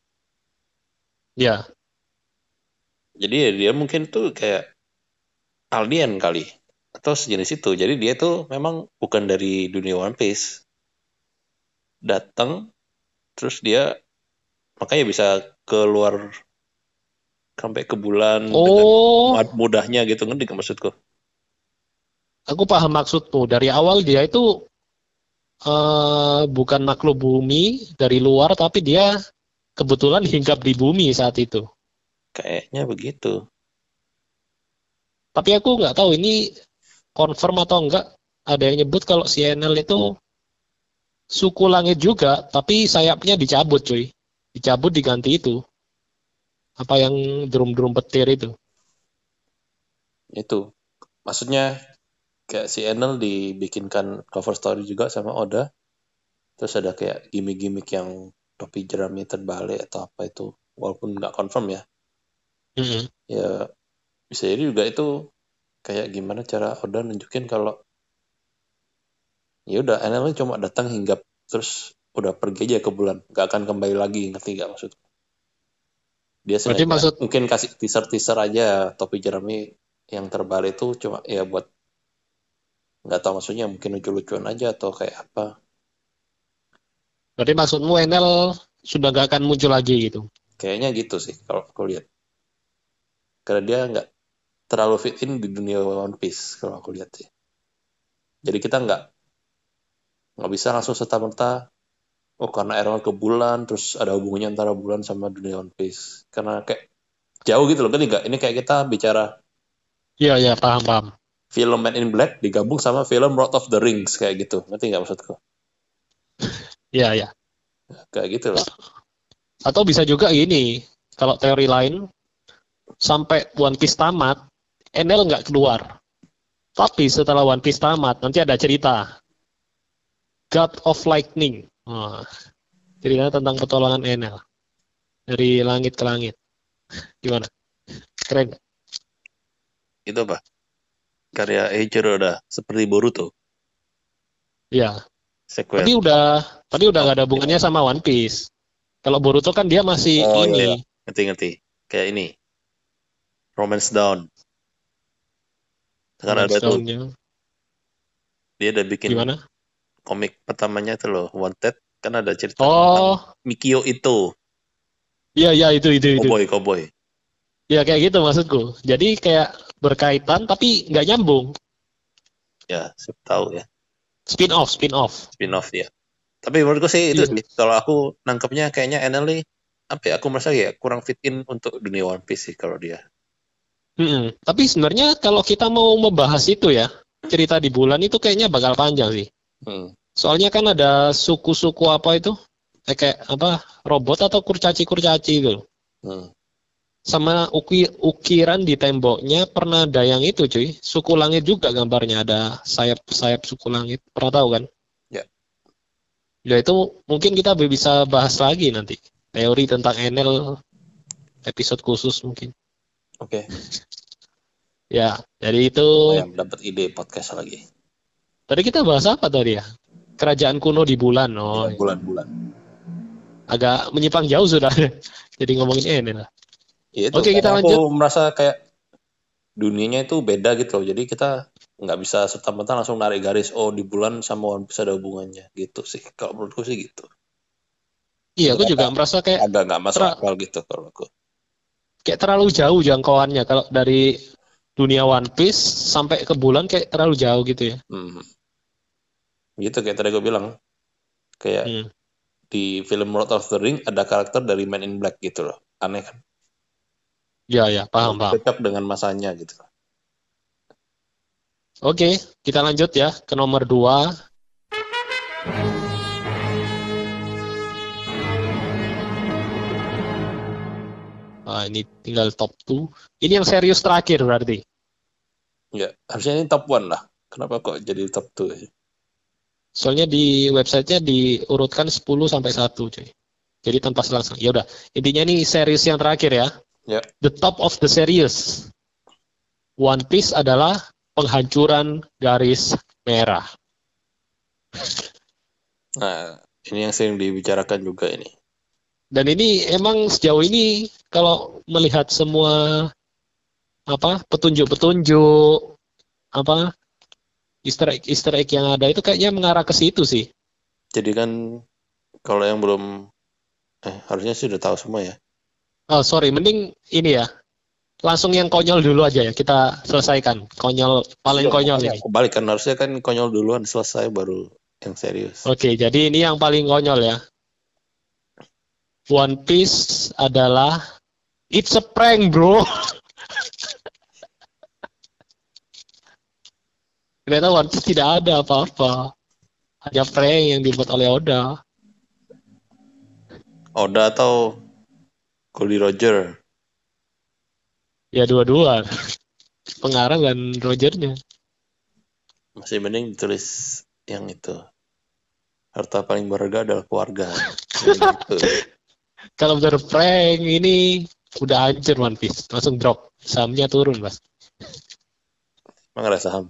Ya, Jadi ya dia mungkin tuh kayak alien kali atau sejenis itu. Jadi dia tuh memang bukan dari dunia One Piece. Datang terus dia makanya bisa keluar sampai ke bulan dengan oh, mudahnya gitu, ngerti gak maksudku? aku paham maksudmu. Dari awal dia itu eh, bukan makhluk bumi dari luar, tapi dia kebetulan hinggap di bumi saat itu. Kayaknya begitu. Tapi aku nggak tahu ini confirm atau enggak. Ada yang nyebut kalau si Enel itu suku langit juga, tapi sayapnya dicabut cuy. Dicabut diganti itu. apa yang drum-drum petir itu. Itu maksudnya kayak si Enel dibikinkan cover story juga sama Oda, terus ada kayak gimmick-gimmick yang topi jerami terbalik atau apa itu, walaupun nggak confirm ya. Mm-hmm. Ya bisa jadi juga itu kayak gimana cara Oda nunjukin kalau ya udah Enel cuma datang hinggap terus udah pergi aja ke bulan, nggak akan kembali lagi, ngerti nggak maksudku? Dia Berarti sengaja maksud mungkin kasih teaser-teaser aja topi jerami yang terbalik itu cuma ya buat nggak tahu maksudnya, mungkin lucu-lucuan aja atau kayak apa. berarti maksudmu Enel sudah gak akan muncul lagi gitu. Kayaknya gitu sih kalau aku lihat. Karena dia nggak terlalu fit in di dunia One Piece kalau aku lihat sih. Jadi kita nggak nggak bisa langsung serta-merta oh karena Errol ke bulan terus ada hubungannya antara bulan sama dunia One Piece. Karena kayak jauh gitu loh kan nggak? Ini kayak kita bicara Iya iya paham paham. film Man in Black digabung sama film Lord of the Rings kayak gitu. Ngerti nggak maksudku? Iya iya. Kayak gitu loh. Atau bisa juga gini, kalau teori lain sampai One Piece tamat, Enel nggak keluar. Tapi setelah One Piece tamat, nanti ada cerita God of Lightning. Oh, cerita tentang petualangan Enel dari langit ke langit. Gimana? Keren nggak? Itu apa? Karya Eiichiro Oda seperti Boruto. Iya. Sequel. Tapi udah, tapi udah nggak ada hubungannya sama One Piece. Kalau Boruto kan dia masih Oh iya, ini. iya. Ngerti-ngerti. Kayak ini. Romance Down. Sekarang ada tuh. Down-nya. Dia udah bikin Gimana? komik pertamanya tuh loh, Wanted. Kan ada cerita Oh, tentang Mikio itu. iya iya itu itu itu. Cowboy, cowboy. Ya kayak gitu maksudku. Jadi kayak berkaitan tapi nggak nyambung. Ya, saya tahu ya. Spin off, spin off. Spin off ya. Tapi menurutku sih itu Iya. sih. Kalau aku nangkepnya kayaknya Enel nih, apa ya, aku merasa ya kurang fit in untuk dunia One Piece sih kalau dia. Mm-mm. Tapi sebenarnya kalau kita mau membahas itu ya, cerita di bulan itu kayaknya bakal panjang sih. Hmm. Soalnya kan ada suku-suku apa itu? Eh, kayak apa? Robot atau kurcaci-kurcaci itu. Hmm. Sama uki, ukiran di temboknya pernah ada yang itu cuy. Suku langit juga gambarnya ada sayap-sayap suku langit. Pernah tahu kan? Ya. Ya itu mungkin kita bisa bahas lagi nanti. Teori tentang Enel episode khusus mungkin. Oke. Ya, jadi itu Oh, yang dapat ide podcast lagi. tadi kita bahas apa tadi ya? Kerajaan kuno di bulan. Oh, Ya, bulan-bulan. agak menyimpang jauh sudah. Jadi ngomongin Enel lah. Ya, itu. Oke, kita Karena lanjut. aku merasa kayak dunianya itu beda gitu loh. Jadi kita nggak bisa serta-merta langsung narik garis oh di bulan sama One Piece ada hubungannya gitu sih. Kalau menurutku sih gitu. Iya, aku Agak- juga merasa kayak Agak nggak masuk Tra- akal gitu kalau aku. kayak terlalu jauh jangkauannya kalau dari dunia One Piece sampai ke bulan kayak terlalu jauh gitu ya. Hmm. Gitu kayak tadi gue bilang. Kayak Hmm. di film Lord of the Ring ada karakter dari Man in Black gitu loh. Aneh kan? Ya, ya, paham, paham. Cocok dengan masanya gitu. Oke, kita lanjut ya ke nomor dua. Nah, ini tinggal top dua. Ini yang serius terakhir berarti. Ya, harusnya ini top one lah. Kenapa kok jadi top dua? Soalnya di websitenya diurutkan sepuluh sampai satu, cuy. Jadi tanpa selang-selang. Ya udah, intinya ini series yang terakhir ya. Ya. The top of the series. One Piece adalah penghancuran garis merah. Nah, ini yang sering dibicarakan juga ini. Dan ini emang sejauh ini kalau melihat semua apa petunjuk-petunjuk apa Easter egg Easter egg yang ada itu kayaknya mengarah ke situ sih. Jadi kan kalau yang belum eh harusnya sih udah tahu semua ya. Oh sorry, mending ini ya. Langsung yang konyol dulu aja ya kita selesaikan. Konyol paling Iya, konyol makanya ini. aku balik kan harusnya kan konyol duluan selesai baru yang serius. Oke, jadi ini yang paling konyol ya. One Piece adalah it's a prank, bro. Ternyata One Piece tidak ada apa-apa. Hanya prank yang dibuat oleh Oda. Oda atau Goldie Roger. Ya dua-dua. Pengarang dan Rogernya. Masih mending ditulis yang itu. Harta paling berharga adalah keluarga. Gitu. Kalau bener prank ini udah hancur One Piece. Langsung drop. Sahamnya turun, Mas. Emang ada saham?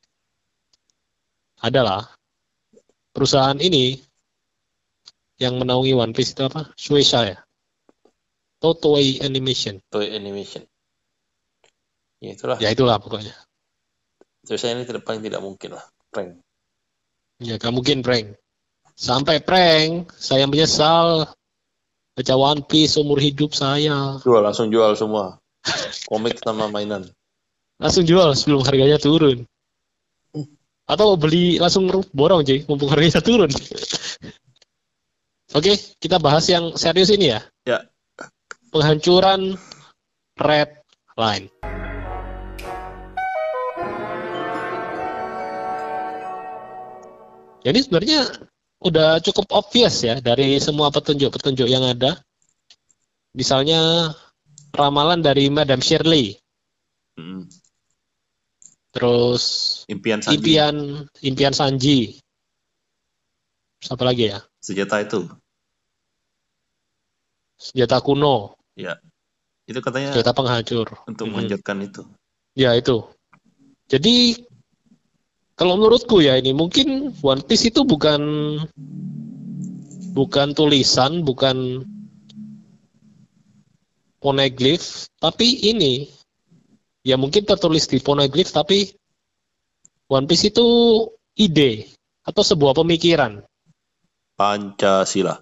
Adalah. Perusahaan ini yang menaungi One Piece itu apa? Shueisha ya? Atau Toei Animation. Toei Animation. Ya itulah. Ya itulah pokoknya. Terus ini tidak paling tidak mungkin lah. Prank. Ya gak mungkin prank. Sampai prank, saya menyesal. Baca One Piece umur hidup saya. Jual, langsung jual semua. Komik sama mainan. Langsung jual sebelum harganya turun. Atau beli langsung borong cuy, mumpung harganya turun. Oke, kita bahas yang serius ini ya. Ya. Penghancuran Red Line. Jadi sebenarnya udah cukup obvious ya dari semua petunjuk-petunjuk yang ada. Misalnya ramalan dari Madame Shirley. Hmm. Terus Impian Sanji. impian impian Sanji. Apa lagi ya? Senjata itu. Senjata kuno. Ya. Itu katanya Senjata penghancur. untuk Mm-hmm. menghancurkan itu. Ya itu. Jadi kalau menurutku ya ini mungkin One Piece itu bukan bukan tulisan, bukan poneglyph, tapi ini ya mungkin tertulis di poneglyph, tapi One Piece itu ide atau sebuah pemikiran. Pancasila.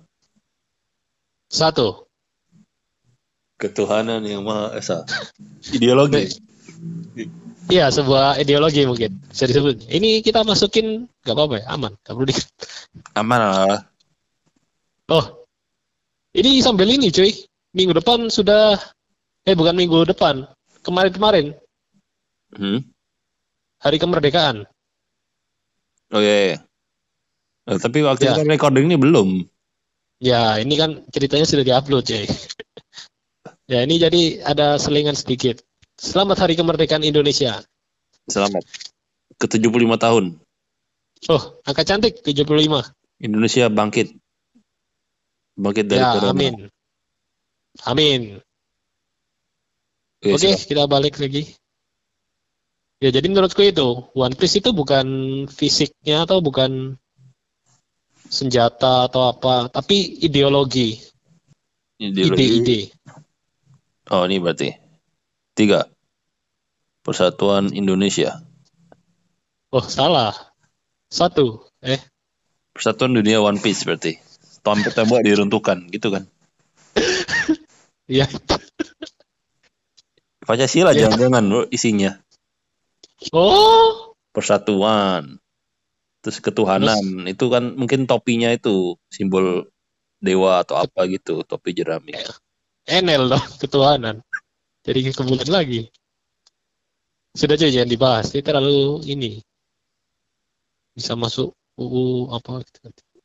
Satu. Ketuhanan yang Maha Esa. Ideologi. Iya, sebuah ideologi mungkin bisa disebut. Ini kita masukin nggak apa-apa ya, aman, nggak perlu di. Aman lah. Oh, ini sambil ini cuy. Minggu depan sudah, eh bukan minggu depan, kemarin-kemarin. Hmm? Hari kemerdekaan. Oh iya. Nah, tapi waktu Ya. kita recording ini belum. Ya, ini kan ceritanya sudah diupload cuy. Ya, ini jadi ada selingan sedikit. Selamat Hari Kemerdekaan Indonesia. Selamat. Ke tujuh puluh lima tahun. Oh, angka cantik tujuh puluh lima. Indonesia bangkit. Bangkit dari Ya, corona. amin. Amin. Oke, Oke, siap. kita balik lagi. Ya, jadi menurutku itu, One Piece itu bukan fisiknya atau bukan senjata atau apa, tapi ideologi. Ideologi. Ide-ide. Oh, ini berarti. Tiga. Persatuan Indonesia. Oh, salah. Satu. Eh, Persatuan Dunia One Piece berarti. Tombak tembak diruntuhkan, gitu kan. ya. Pancasila Ya. jangan-jangan bro, isinya. Oh, Persatuan. Terus ketuhanan. Terus? Itu kan mungkin topinya itu simbol dewa atau apa gitu. Topi jerami. Enel dong, ketuhanan. Jadi kemudian lagi. Sudah aja jangan dibahas. Ini terlalu ini. Bisa masuk U U apa gitu.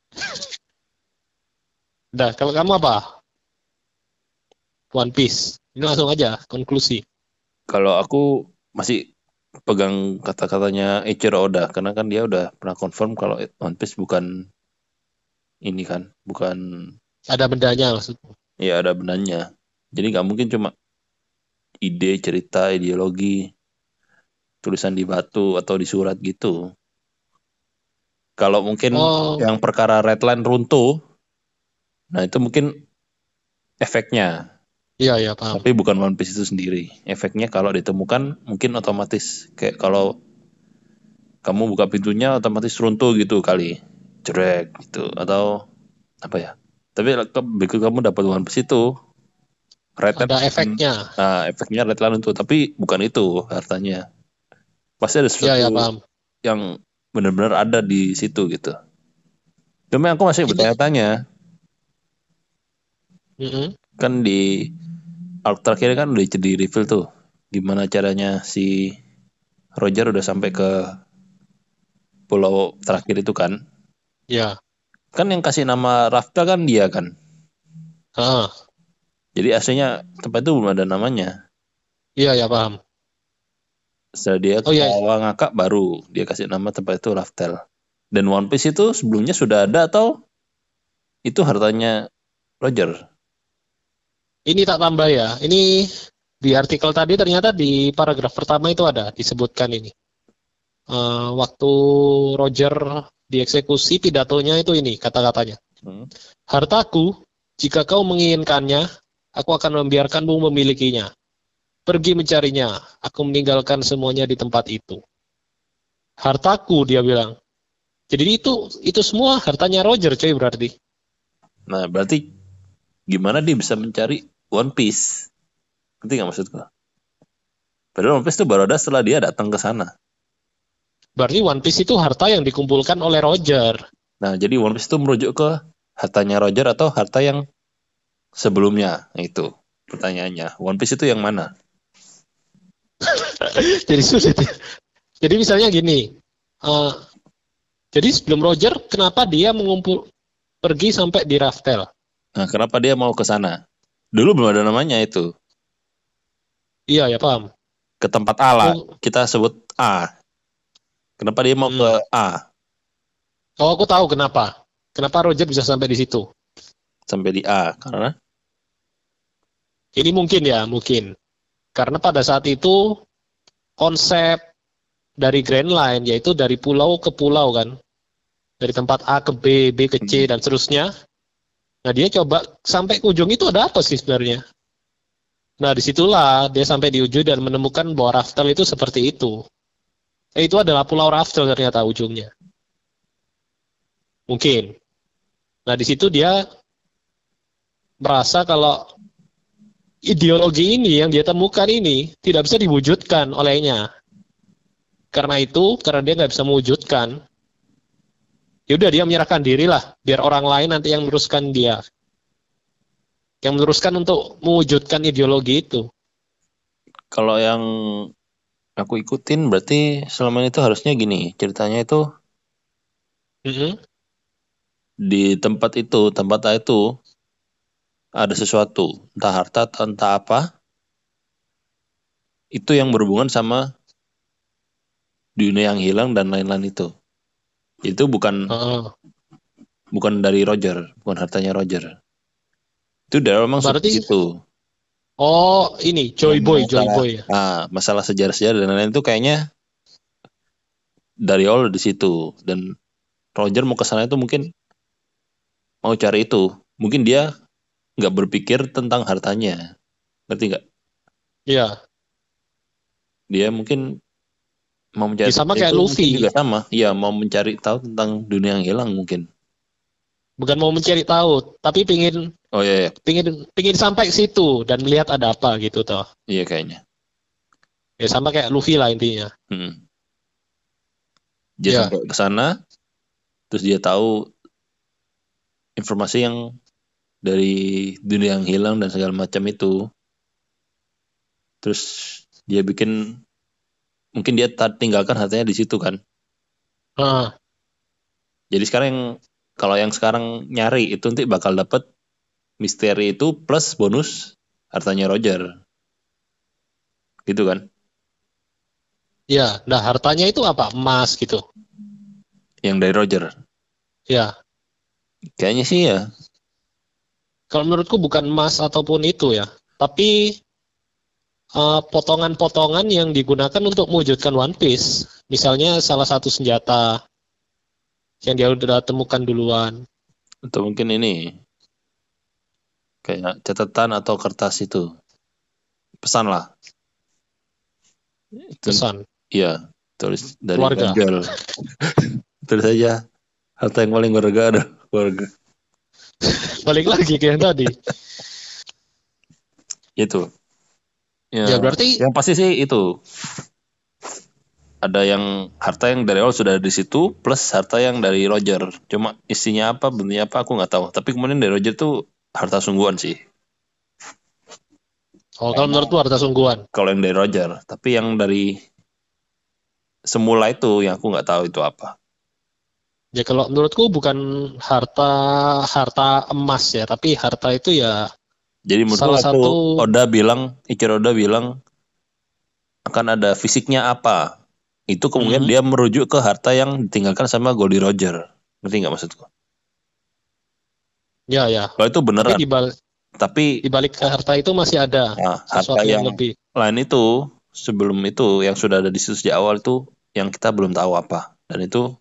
Udah, kalau kamu apa? One Piece. Ini langsung aja konklusi. Kalau aku masih pegang kata-katanya Eiichiro Oda. Karena kan dia udah pernah confirm kalau One Piece bukan ini kan. Bukan. Ada bendanya maksudnya. Ya ada benarnya. Jadi gak mungkin cuma ide, cerita, ideologi, tulisan di batu atau di surat gitu. Kalau mungkin Oh, yang perkara redline runtuh, nah itu mungkin efeknya. iya iya paham. Tapi bukan One Piece itu sendiri. Efeknya kalau ditemukan mungkin otomatis. Kayak kalau kamu buka pintunya otomatis runtuh gitu kali. Jerek gitu. Atau apa ya. Tapi begitu kamu dapat One Piece itu, redline, Ada efeknya. nah efeknya redline itu. Tapi bukan itu hartanya. Pasti ada sesuatu Iya iya paham. yang benar-benar ada di situ gitu. Cuma aku masih Ini- bertanya-tanya. Mm-mm. Kan di arc terakhir kan udah jadi reveal tuh. Gimana caranya si Roger udah sampai ke pulau terakhir itu kan. Ya. Kan yang kasih nama Rafta kan dia kan. Ah, Jadi aslinya tempat itu belum ada namanya. Iya ya paham. Setelah dia Oh iya, ketawa ngakak baru dia kasih nama tempat itu Raftel. Dan One Piece itu sebelumnya sudah ada atau itu hartanya Roger? ini tak tambah ya. Ini di artikel tadi ternyata di paragraf pertama itu ada disebutkan ini. Eh, waktu Roger dieksekusi pidatonya itu ini kata-katanya. Hmm. Hartaku, jika kau menginginkannya, aku akan membiarkanmu memilikinya. Pergi mencarinya, aku meninggalkan semuanya di tempat itu. Hartaku, dia bilang. Jadi itu itu semua hartanya Roger, coy berarti. Nah, berarti gimana dia bisa mencari One Piece? Ngerti nggak maksudku? Padahal One Piece itu baru ada setelah dia datang ke sana. Berarti One Piece itu harta yang dikumpulkan oleh Roger. Nah, jadi One Piece itu merujuk ke hartanya Roger atau harta yang sebelumnya? Nah, itu pertanyaannya. One Piece itu yang mana? Jadi sulit. Jadi misalnya gini, uh, jadi sebelum Roger, kenapa dia mengumpul pergi sampai di Raftel? Nah, kenapa dia mau ke sana? Dulu belum ada namanya itu. Iya ya paham. Ke tempat A lah. Oh, Kita sebut A. Kenapa dia mau hmm. ke A? Oh aku tahu kenapa. Kenapa Roger bisa sampai di situ? Sampai di A. Karena? Ini mungkin ya, mungkin. Karena pada saat itu konsep dari Grand Line yaitu dari pulau ke pulau kan. Dari tempat A ke B, B ke C, dan seterusnya. Nah dia coba sampai ke ujung itu ada apa sih sebenarnya? Nah disitulah dia sampai di ujung dan menemukan bahwa Raftel itu seperti itu. Eh, itu adalah pulau Raftel ternyata ujungnya. Mungkin. Nah di situ dia merasa kalau ideologi ini yang dia temukan ini tidak bisa diwujudkan olehnya. Karena itu, karena dia nggak bisa mewujudkan, yaudah dia menyerahkan diri lah, biar orang lain nanti yang meneruskan dia. Yang meneruskan untuk mewujudkan ideologi itu. Kalau yang aku ikutin berarti selama itu harusnya gini. Ceritanya itu Mm-hmm. di tempat itu, tempat A itu ada sesuatu. Entah harta, entah apa. Itu yang berhubungan sama dunia yang hilang dan lain-lain itu. Itu bukan Uh, bukan dari Roger, bukan hartanya Roger. Itu dari memang berarti, seperti itu. oh ini Joy Dan Boy, Joy masalah, Boy ya. ah, masalah sejarah-sejarah dan lain-lain itu kayaknya dari awal di situ. Dan Roger mau ke sana itu mungkin mau cari itu. Mungkin dia nggak berpikir tentang hartanya. Ngerti nggak? Iya. Dia mungkin mau mencari Ya, sama itu kayak mungkin juga Luffy. sama. Iya, mau mencari tahu tentang dunia yang hilang mungkin. Bukan mau mencari tahu, tapi pingin Oh iya, iya. pingin pingin sampai ke situ dan melihat ada apa gitu toh. Iya kayaknya. Ya sama kayak Luffy lah intinya. Hmm. Dia Ya. sampai ke sana, terus dia tahu informasi yang dari dunia yang hilang dan segala macam itu. Terus dia bikin, mungkin dia tinggalkan hartanya di situ kan. Uh, Jadi sekarang yang, kalau yang sekarang nyari itu nanti bakal dapet misteri itu plus bonus hartanya Roger. Gitu kan. ya, nah hartanya itu apa? Emas gitu. Yang dari Roger. Ya. Kayaknya sih ya. Kalau menurutku bukan emas ataupun itu ya, tapi uh, potongan-potongan yang digunakan untuk mewujudkan One Piece. Misalnya salah satu senjata yang dia udah temukan duluan. Atau mungkin ini. Kayak catatan atau kertas itu. Pesan lah. Itu, Pesan. iya. Tulis dari Keluarga. penjual. Tulis saja. Harta yang paling berharga adalah keluarga. Balik lagi ke yang tadi. Itu. Ya, Ya berarti yang pasti sih itu. Ada yang harta yang dari awal sudah di situ plus harta yang dari Roger. Cuma isinya apa, bentuknya apa aku nggak tahu. Tapi kemudian dari Roger tuh harta sungguhan sih. oh kalau menurutku harta sungguhan. Kalau yang dari Roger, tapi yang dari semula itu yang aku nggak tahu itu apa. Ya kalau menurutku bukan harta harta emas ya, tapi harta itu ya Jadi menurut salah waktu satu Oda bilang, Ichiro Oda bilang akan ada fisiknya apa. Itu kemudian Hmm. dia merujuk ke harta yang ditinggalkan sama Goldie Roger. Ngerti nggak maksudku? Ya, ya. Kalau itu Tapi beneran. di balik Tapi di balik harta itu masih ada nah, harta sesuatu yang yang lebih. lain itu sebelum itu yang sudah ada di situs di awal itu yang kita belum tahu apa. Dan itu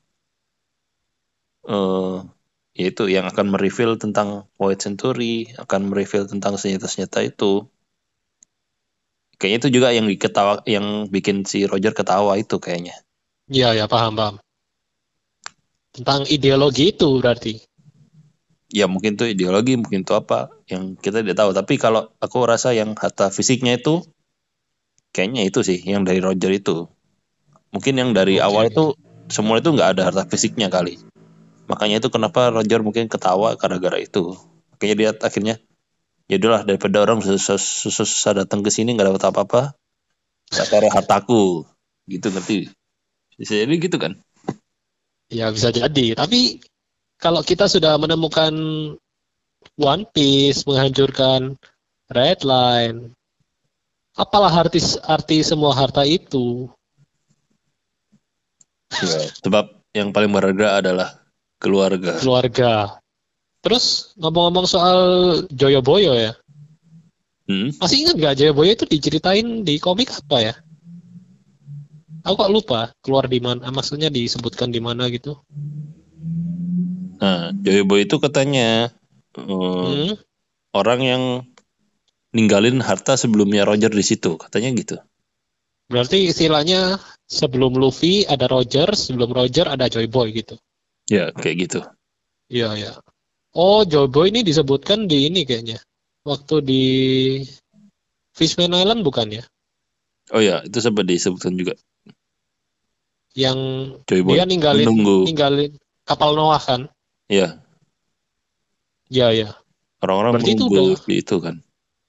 eh yaitu yang akan mereveal tentang White Century, akan mereveal tentang senjata-senjata itu. Kayaknya itu juga yang diketawa, yang bikin si Roger ketawa itu kayaknya. Iya, ya, paham, paham. Tentang ideologi itu berarti. Ya mungkin itu ideologi, mungkin itu apa yang kita tidak tahu. Tapi kalau aku rasa yang harta fisiknya itu kayaknya itu sih yang dari Roger itu. Mungkin yang dari Oke, awal oke. itu semua itu nggak ada harta fisiknya kali. Makanya itu kenapa Roger mungkin ketawa gara-gara itu. Kayaknya dia akhirnya ya udahlah daripada orang susah-susah datang ke sini nggak dapat apa-apa, tak taruh hartaku gitu, ngerti? Bisa jadi gitu kan? Ya, bisa jadi. Tapi kalau kita sudah menemukan One Piece, menghancurkan Red Line, apalah arti arti semua harta itu? Ya, sebab yang paling berharga adalah keluarga. Keluarga. Terus ngomong-ngomong soal Joyoboyo ya, Hmm? masih ingat nggak Joyoboyo itu diceritain di komik apa ya? Aku kok lupa keluar di mana, maksudnya disebutkan di mana gitu. Nah, Joyboy itu katanya eh, Hmm, orang yang ninggalin harta sebelumnya Roger di situ, katanya gitu. berarti istilahnya sebelum Luffy ada Roger, sebelum Roger ada Joy Boy gitu. Ya, kayak gitu. Iya, ya. Oh, Joy Boy ini disebutkan di ini kayaknya. Waktu di Fishman Island bukan ya? Oh ya, itu sempat disebutkan juga. Yang Joyboy dia ninggalin menunggu. ninggalin kapal Noah kan? Ya, Iya, ya. orang-orang Berarti itu menunggu udah, di itu kan.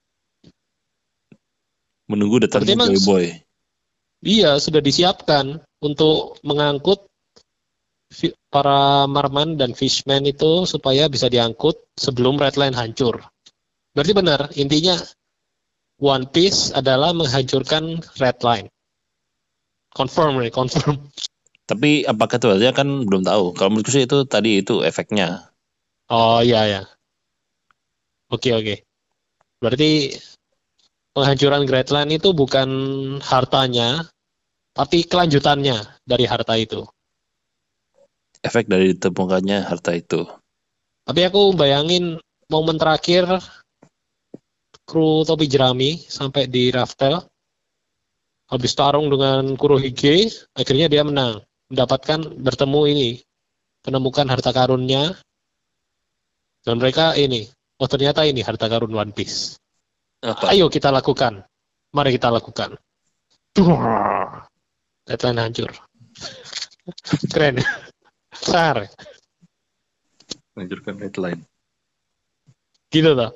Menunggu berarti datangnya emang Joyboy. iya sudah disiapkan untuk mengangkut fi- para marman dan fishman itu supaya bisa diangkut sebelum Red Line hancur. Berarti benar, intinya One Piece adalah menghancurkan Red Line. Confirm nih, confirm. Tapi apakah itu aja kan belum tahu. Kalau menurutku sih itu tadi itu efeknya. Oh iya ya. Oke oke. Berarti penghancuran Red Line itu bukan hartanya, tapi kelanjutannya dari harta itu. Efek dari ditemukannya harta itu. Tapi aku bayangin momen terakhir kru topi jerami sampai di Raftel, habis tarung dengan Kurohige, akhirnya dia menang, mendapatkan bertemu ini, menemukan harta karunnya, dan mereka ini, oh ternyata ini harta karun One Piece. Apa? Ayo kita lakukan, mari kita lakukan. Deadline hancur. Keren. Sar. Hancurkan headline. Gitu toh.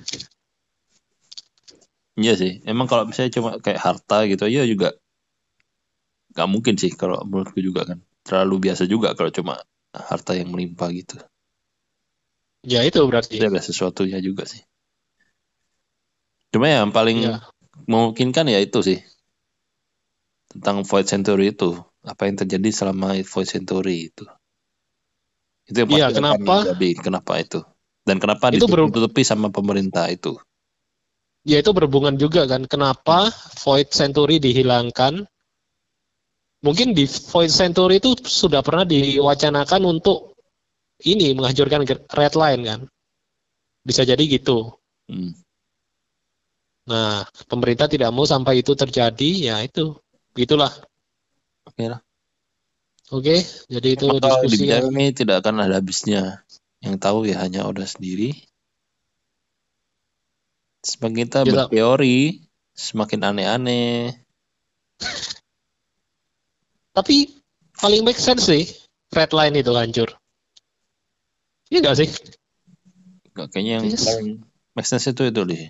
Iya sih. Emang kalau misalnya cuma kayak harta gitu aja juga nggak mungkin sih kalau menurutku juga kan. Terlalu biasa juga kalau cuma harta yang melimpah gitu. Ya itu berarti. Itu ada sesuatunya juga sih. Cuma yang paling Ya. memungkinkan ya itu sih. Tentang Void Century itu. Apa yang terjadi selama Void Century itu. Itu yang Iya, pasti akan kenapa? terjadi. Kenapa itu? Dan kenapa Itu ber ditutupi sama pemerintah itu. ya itu berhubungan juga kan. Kenapa Void Century dihilangkan? Mungkin di Void Century itu sudah pernah diwacanakan untuk ini menghancurkan Red Line kan. Bisa jadi gitu. Hmm. Nah, pemerintah tidak mau sampai itu terjadi, ya itu. Itulah. Oke lah. Oke, jadi itu Kalau diskusi dibicara yang ini tidak akan ada habisnya. Yang tahu ya hanya Oda sendiri. Semakin kita kita berteori, semakin aneh-aneh. tapi paling make sense sih Red Line itu hancur. Iya nggak sih? Nggak, kayaknya yang Yes. paling make sense itu itu deh.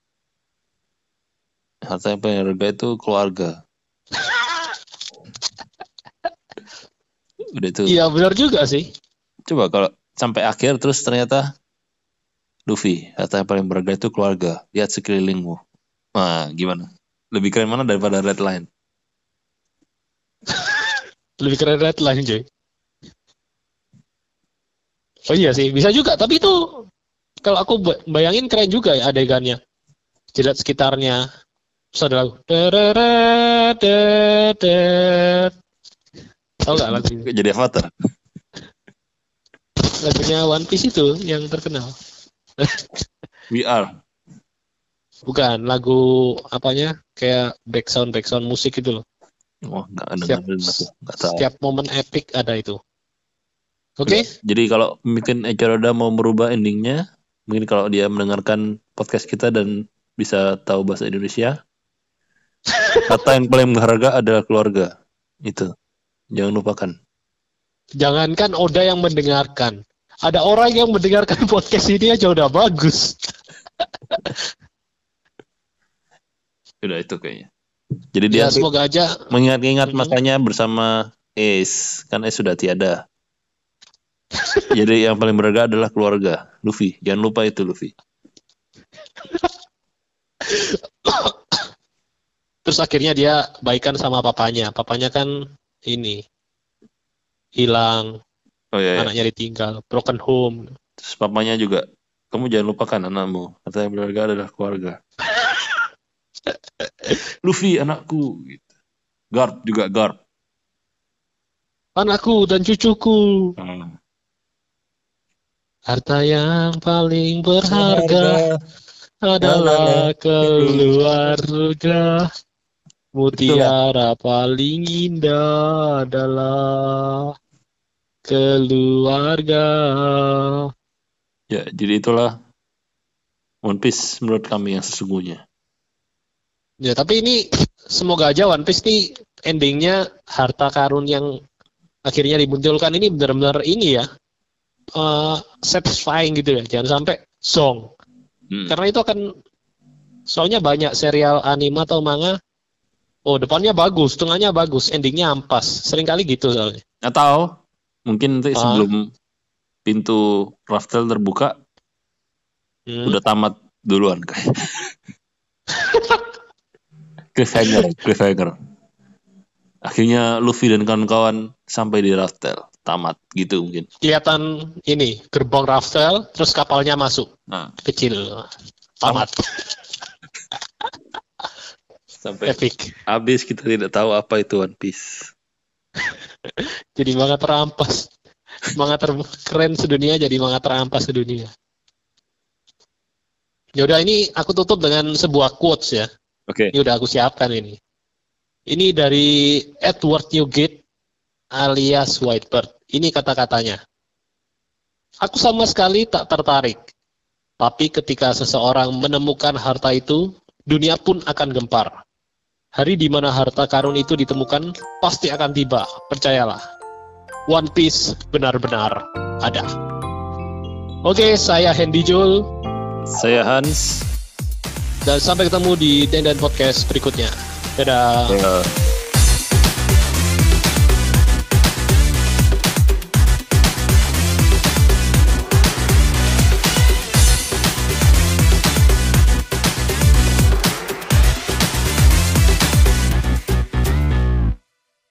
Harta yang paling berharga itu keluarga. Udah itu. Iya benar juga sih. Coba kalau sampai akhir terus ternyata Luffy, harta yang paling berharga itu keluarga. Lihat sekelilingmu. Nah, gimana? Lebih keren mana daripada Red Line? Lebih keren Redline, coy. Oh iya sih, bisa juga. Tapi itu kalau aku bayangin keren juga ya adegannya. Jilat sekitarnya. Terus ada lagu. Tahu nggak lagu ini? Jadi Avatar. Lagunya One Piece itu yang terkenal. We Are. Bukan, lagu apanya? Kayak background background musik itu loh. Oh, nggak Setiap, dengerin aku. Nggak tahu. setiap momen epic ada itu. Oke? Okay? Jadi kalau mungkin Echoroda mau merubah endingnya, mungkin kalau dia mendengarkan podcast kita dan bisa tahu bahasa Indonesia, kata yang paling berharga adalah keluarga. Itu. Jangan lupakan. Jangankan Oda yang mendengarkan. Ada orang yang mendengarkan podcast ini aja udah bagus. Udah itu kayaknya. Jadi dia ya, semoga aja mengingat-ingat masanya bersama Ace. Kan Ace sudah tiada. Jadi yang paling berharga adalah keluarga. Luffy, jangan lupa itu Luffy. Terus akhirnya dia baikan sama papanya. Papanya kan ini hilang. Oh iya, iya. Anaknya ditinggal, broken home. Terus papanya juga, kamu jangan lupakan anakmu. Kata yang berharga adalah keluarga. Luffy anakku. Garp juga Garp. Anakku dan cucuku. Hmm. Harta yang paling berharga adalah keluarga. Mutiara paling indah adalah keluarga. Ya, jadi itulah One Piece menurut kami yang sesungguhnya. Ya, tapi ini semoga aja One Piece nih endingnya harta karun yang akhirnya dimunculkan ini benar-benar ini ya. Uh, satisfying gitu ya, jangan sampai song. Hmm. Karena itu akan, soalnya banyak serial anime atau manga, oh depannya bagus, tengahnya bagus, endingnya ampas, seringkali gitu soalnya. Atau mungkin nanti ah. sebelum pintu Raftel terbuka, hmm. udah tamat duluan kayak. cliffhanger, cliffhanger. Akhirnya Luffy dan kawan-kawan sampai di Raftel. Tamat gitu mungkin. Kelihatan ini gerbang Raftel, terus kapalnya masuk. Nah. Kecil. Tamat. Sampai epic. Habis kita tidak tahu apa itu One Piece. Jadi manga terampas. Manga terkeren sedunia jadi manga terampas sedunia. Yaudah, ini aku tutup dengan sebuah quotes ya. Oke. Okay. Ini udah aku siapkan ini. Ini dari Edward Newgate alias Whitebird. Ini kata-katanya. Aku sama sekali tak tertarik. Tapi ketika seseorang menemukan harta itu, dunia pun akan gempar. Hari di mana harta karun itu ditemukan, pasti akan tiba. Percayalah. One Piece benar-benar ada. Oke, saya Hendy Jul. Saya Hans. Dan sampai ketemu di Dendan Podcast berikutnya. Dadah. Dadah.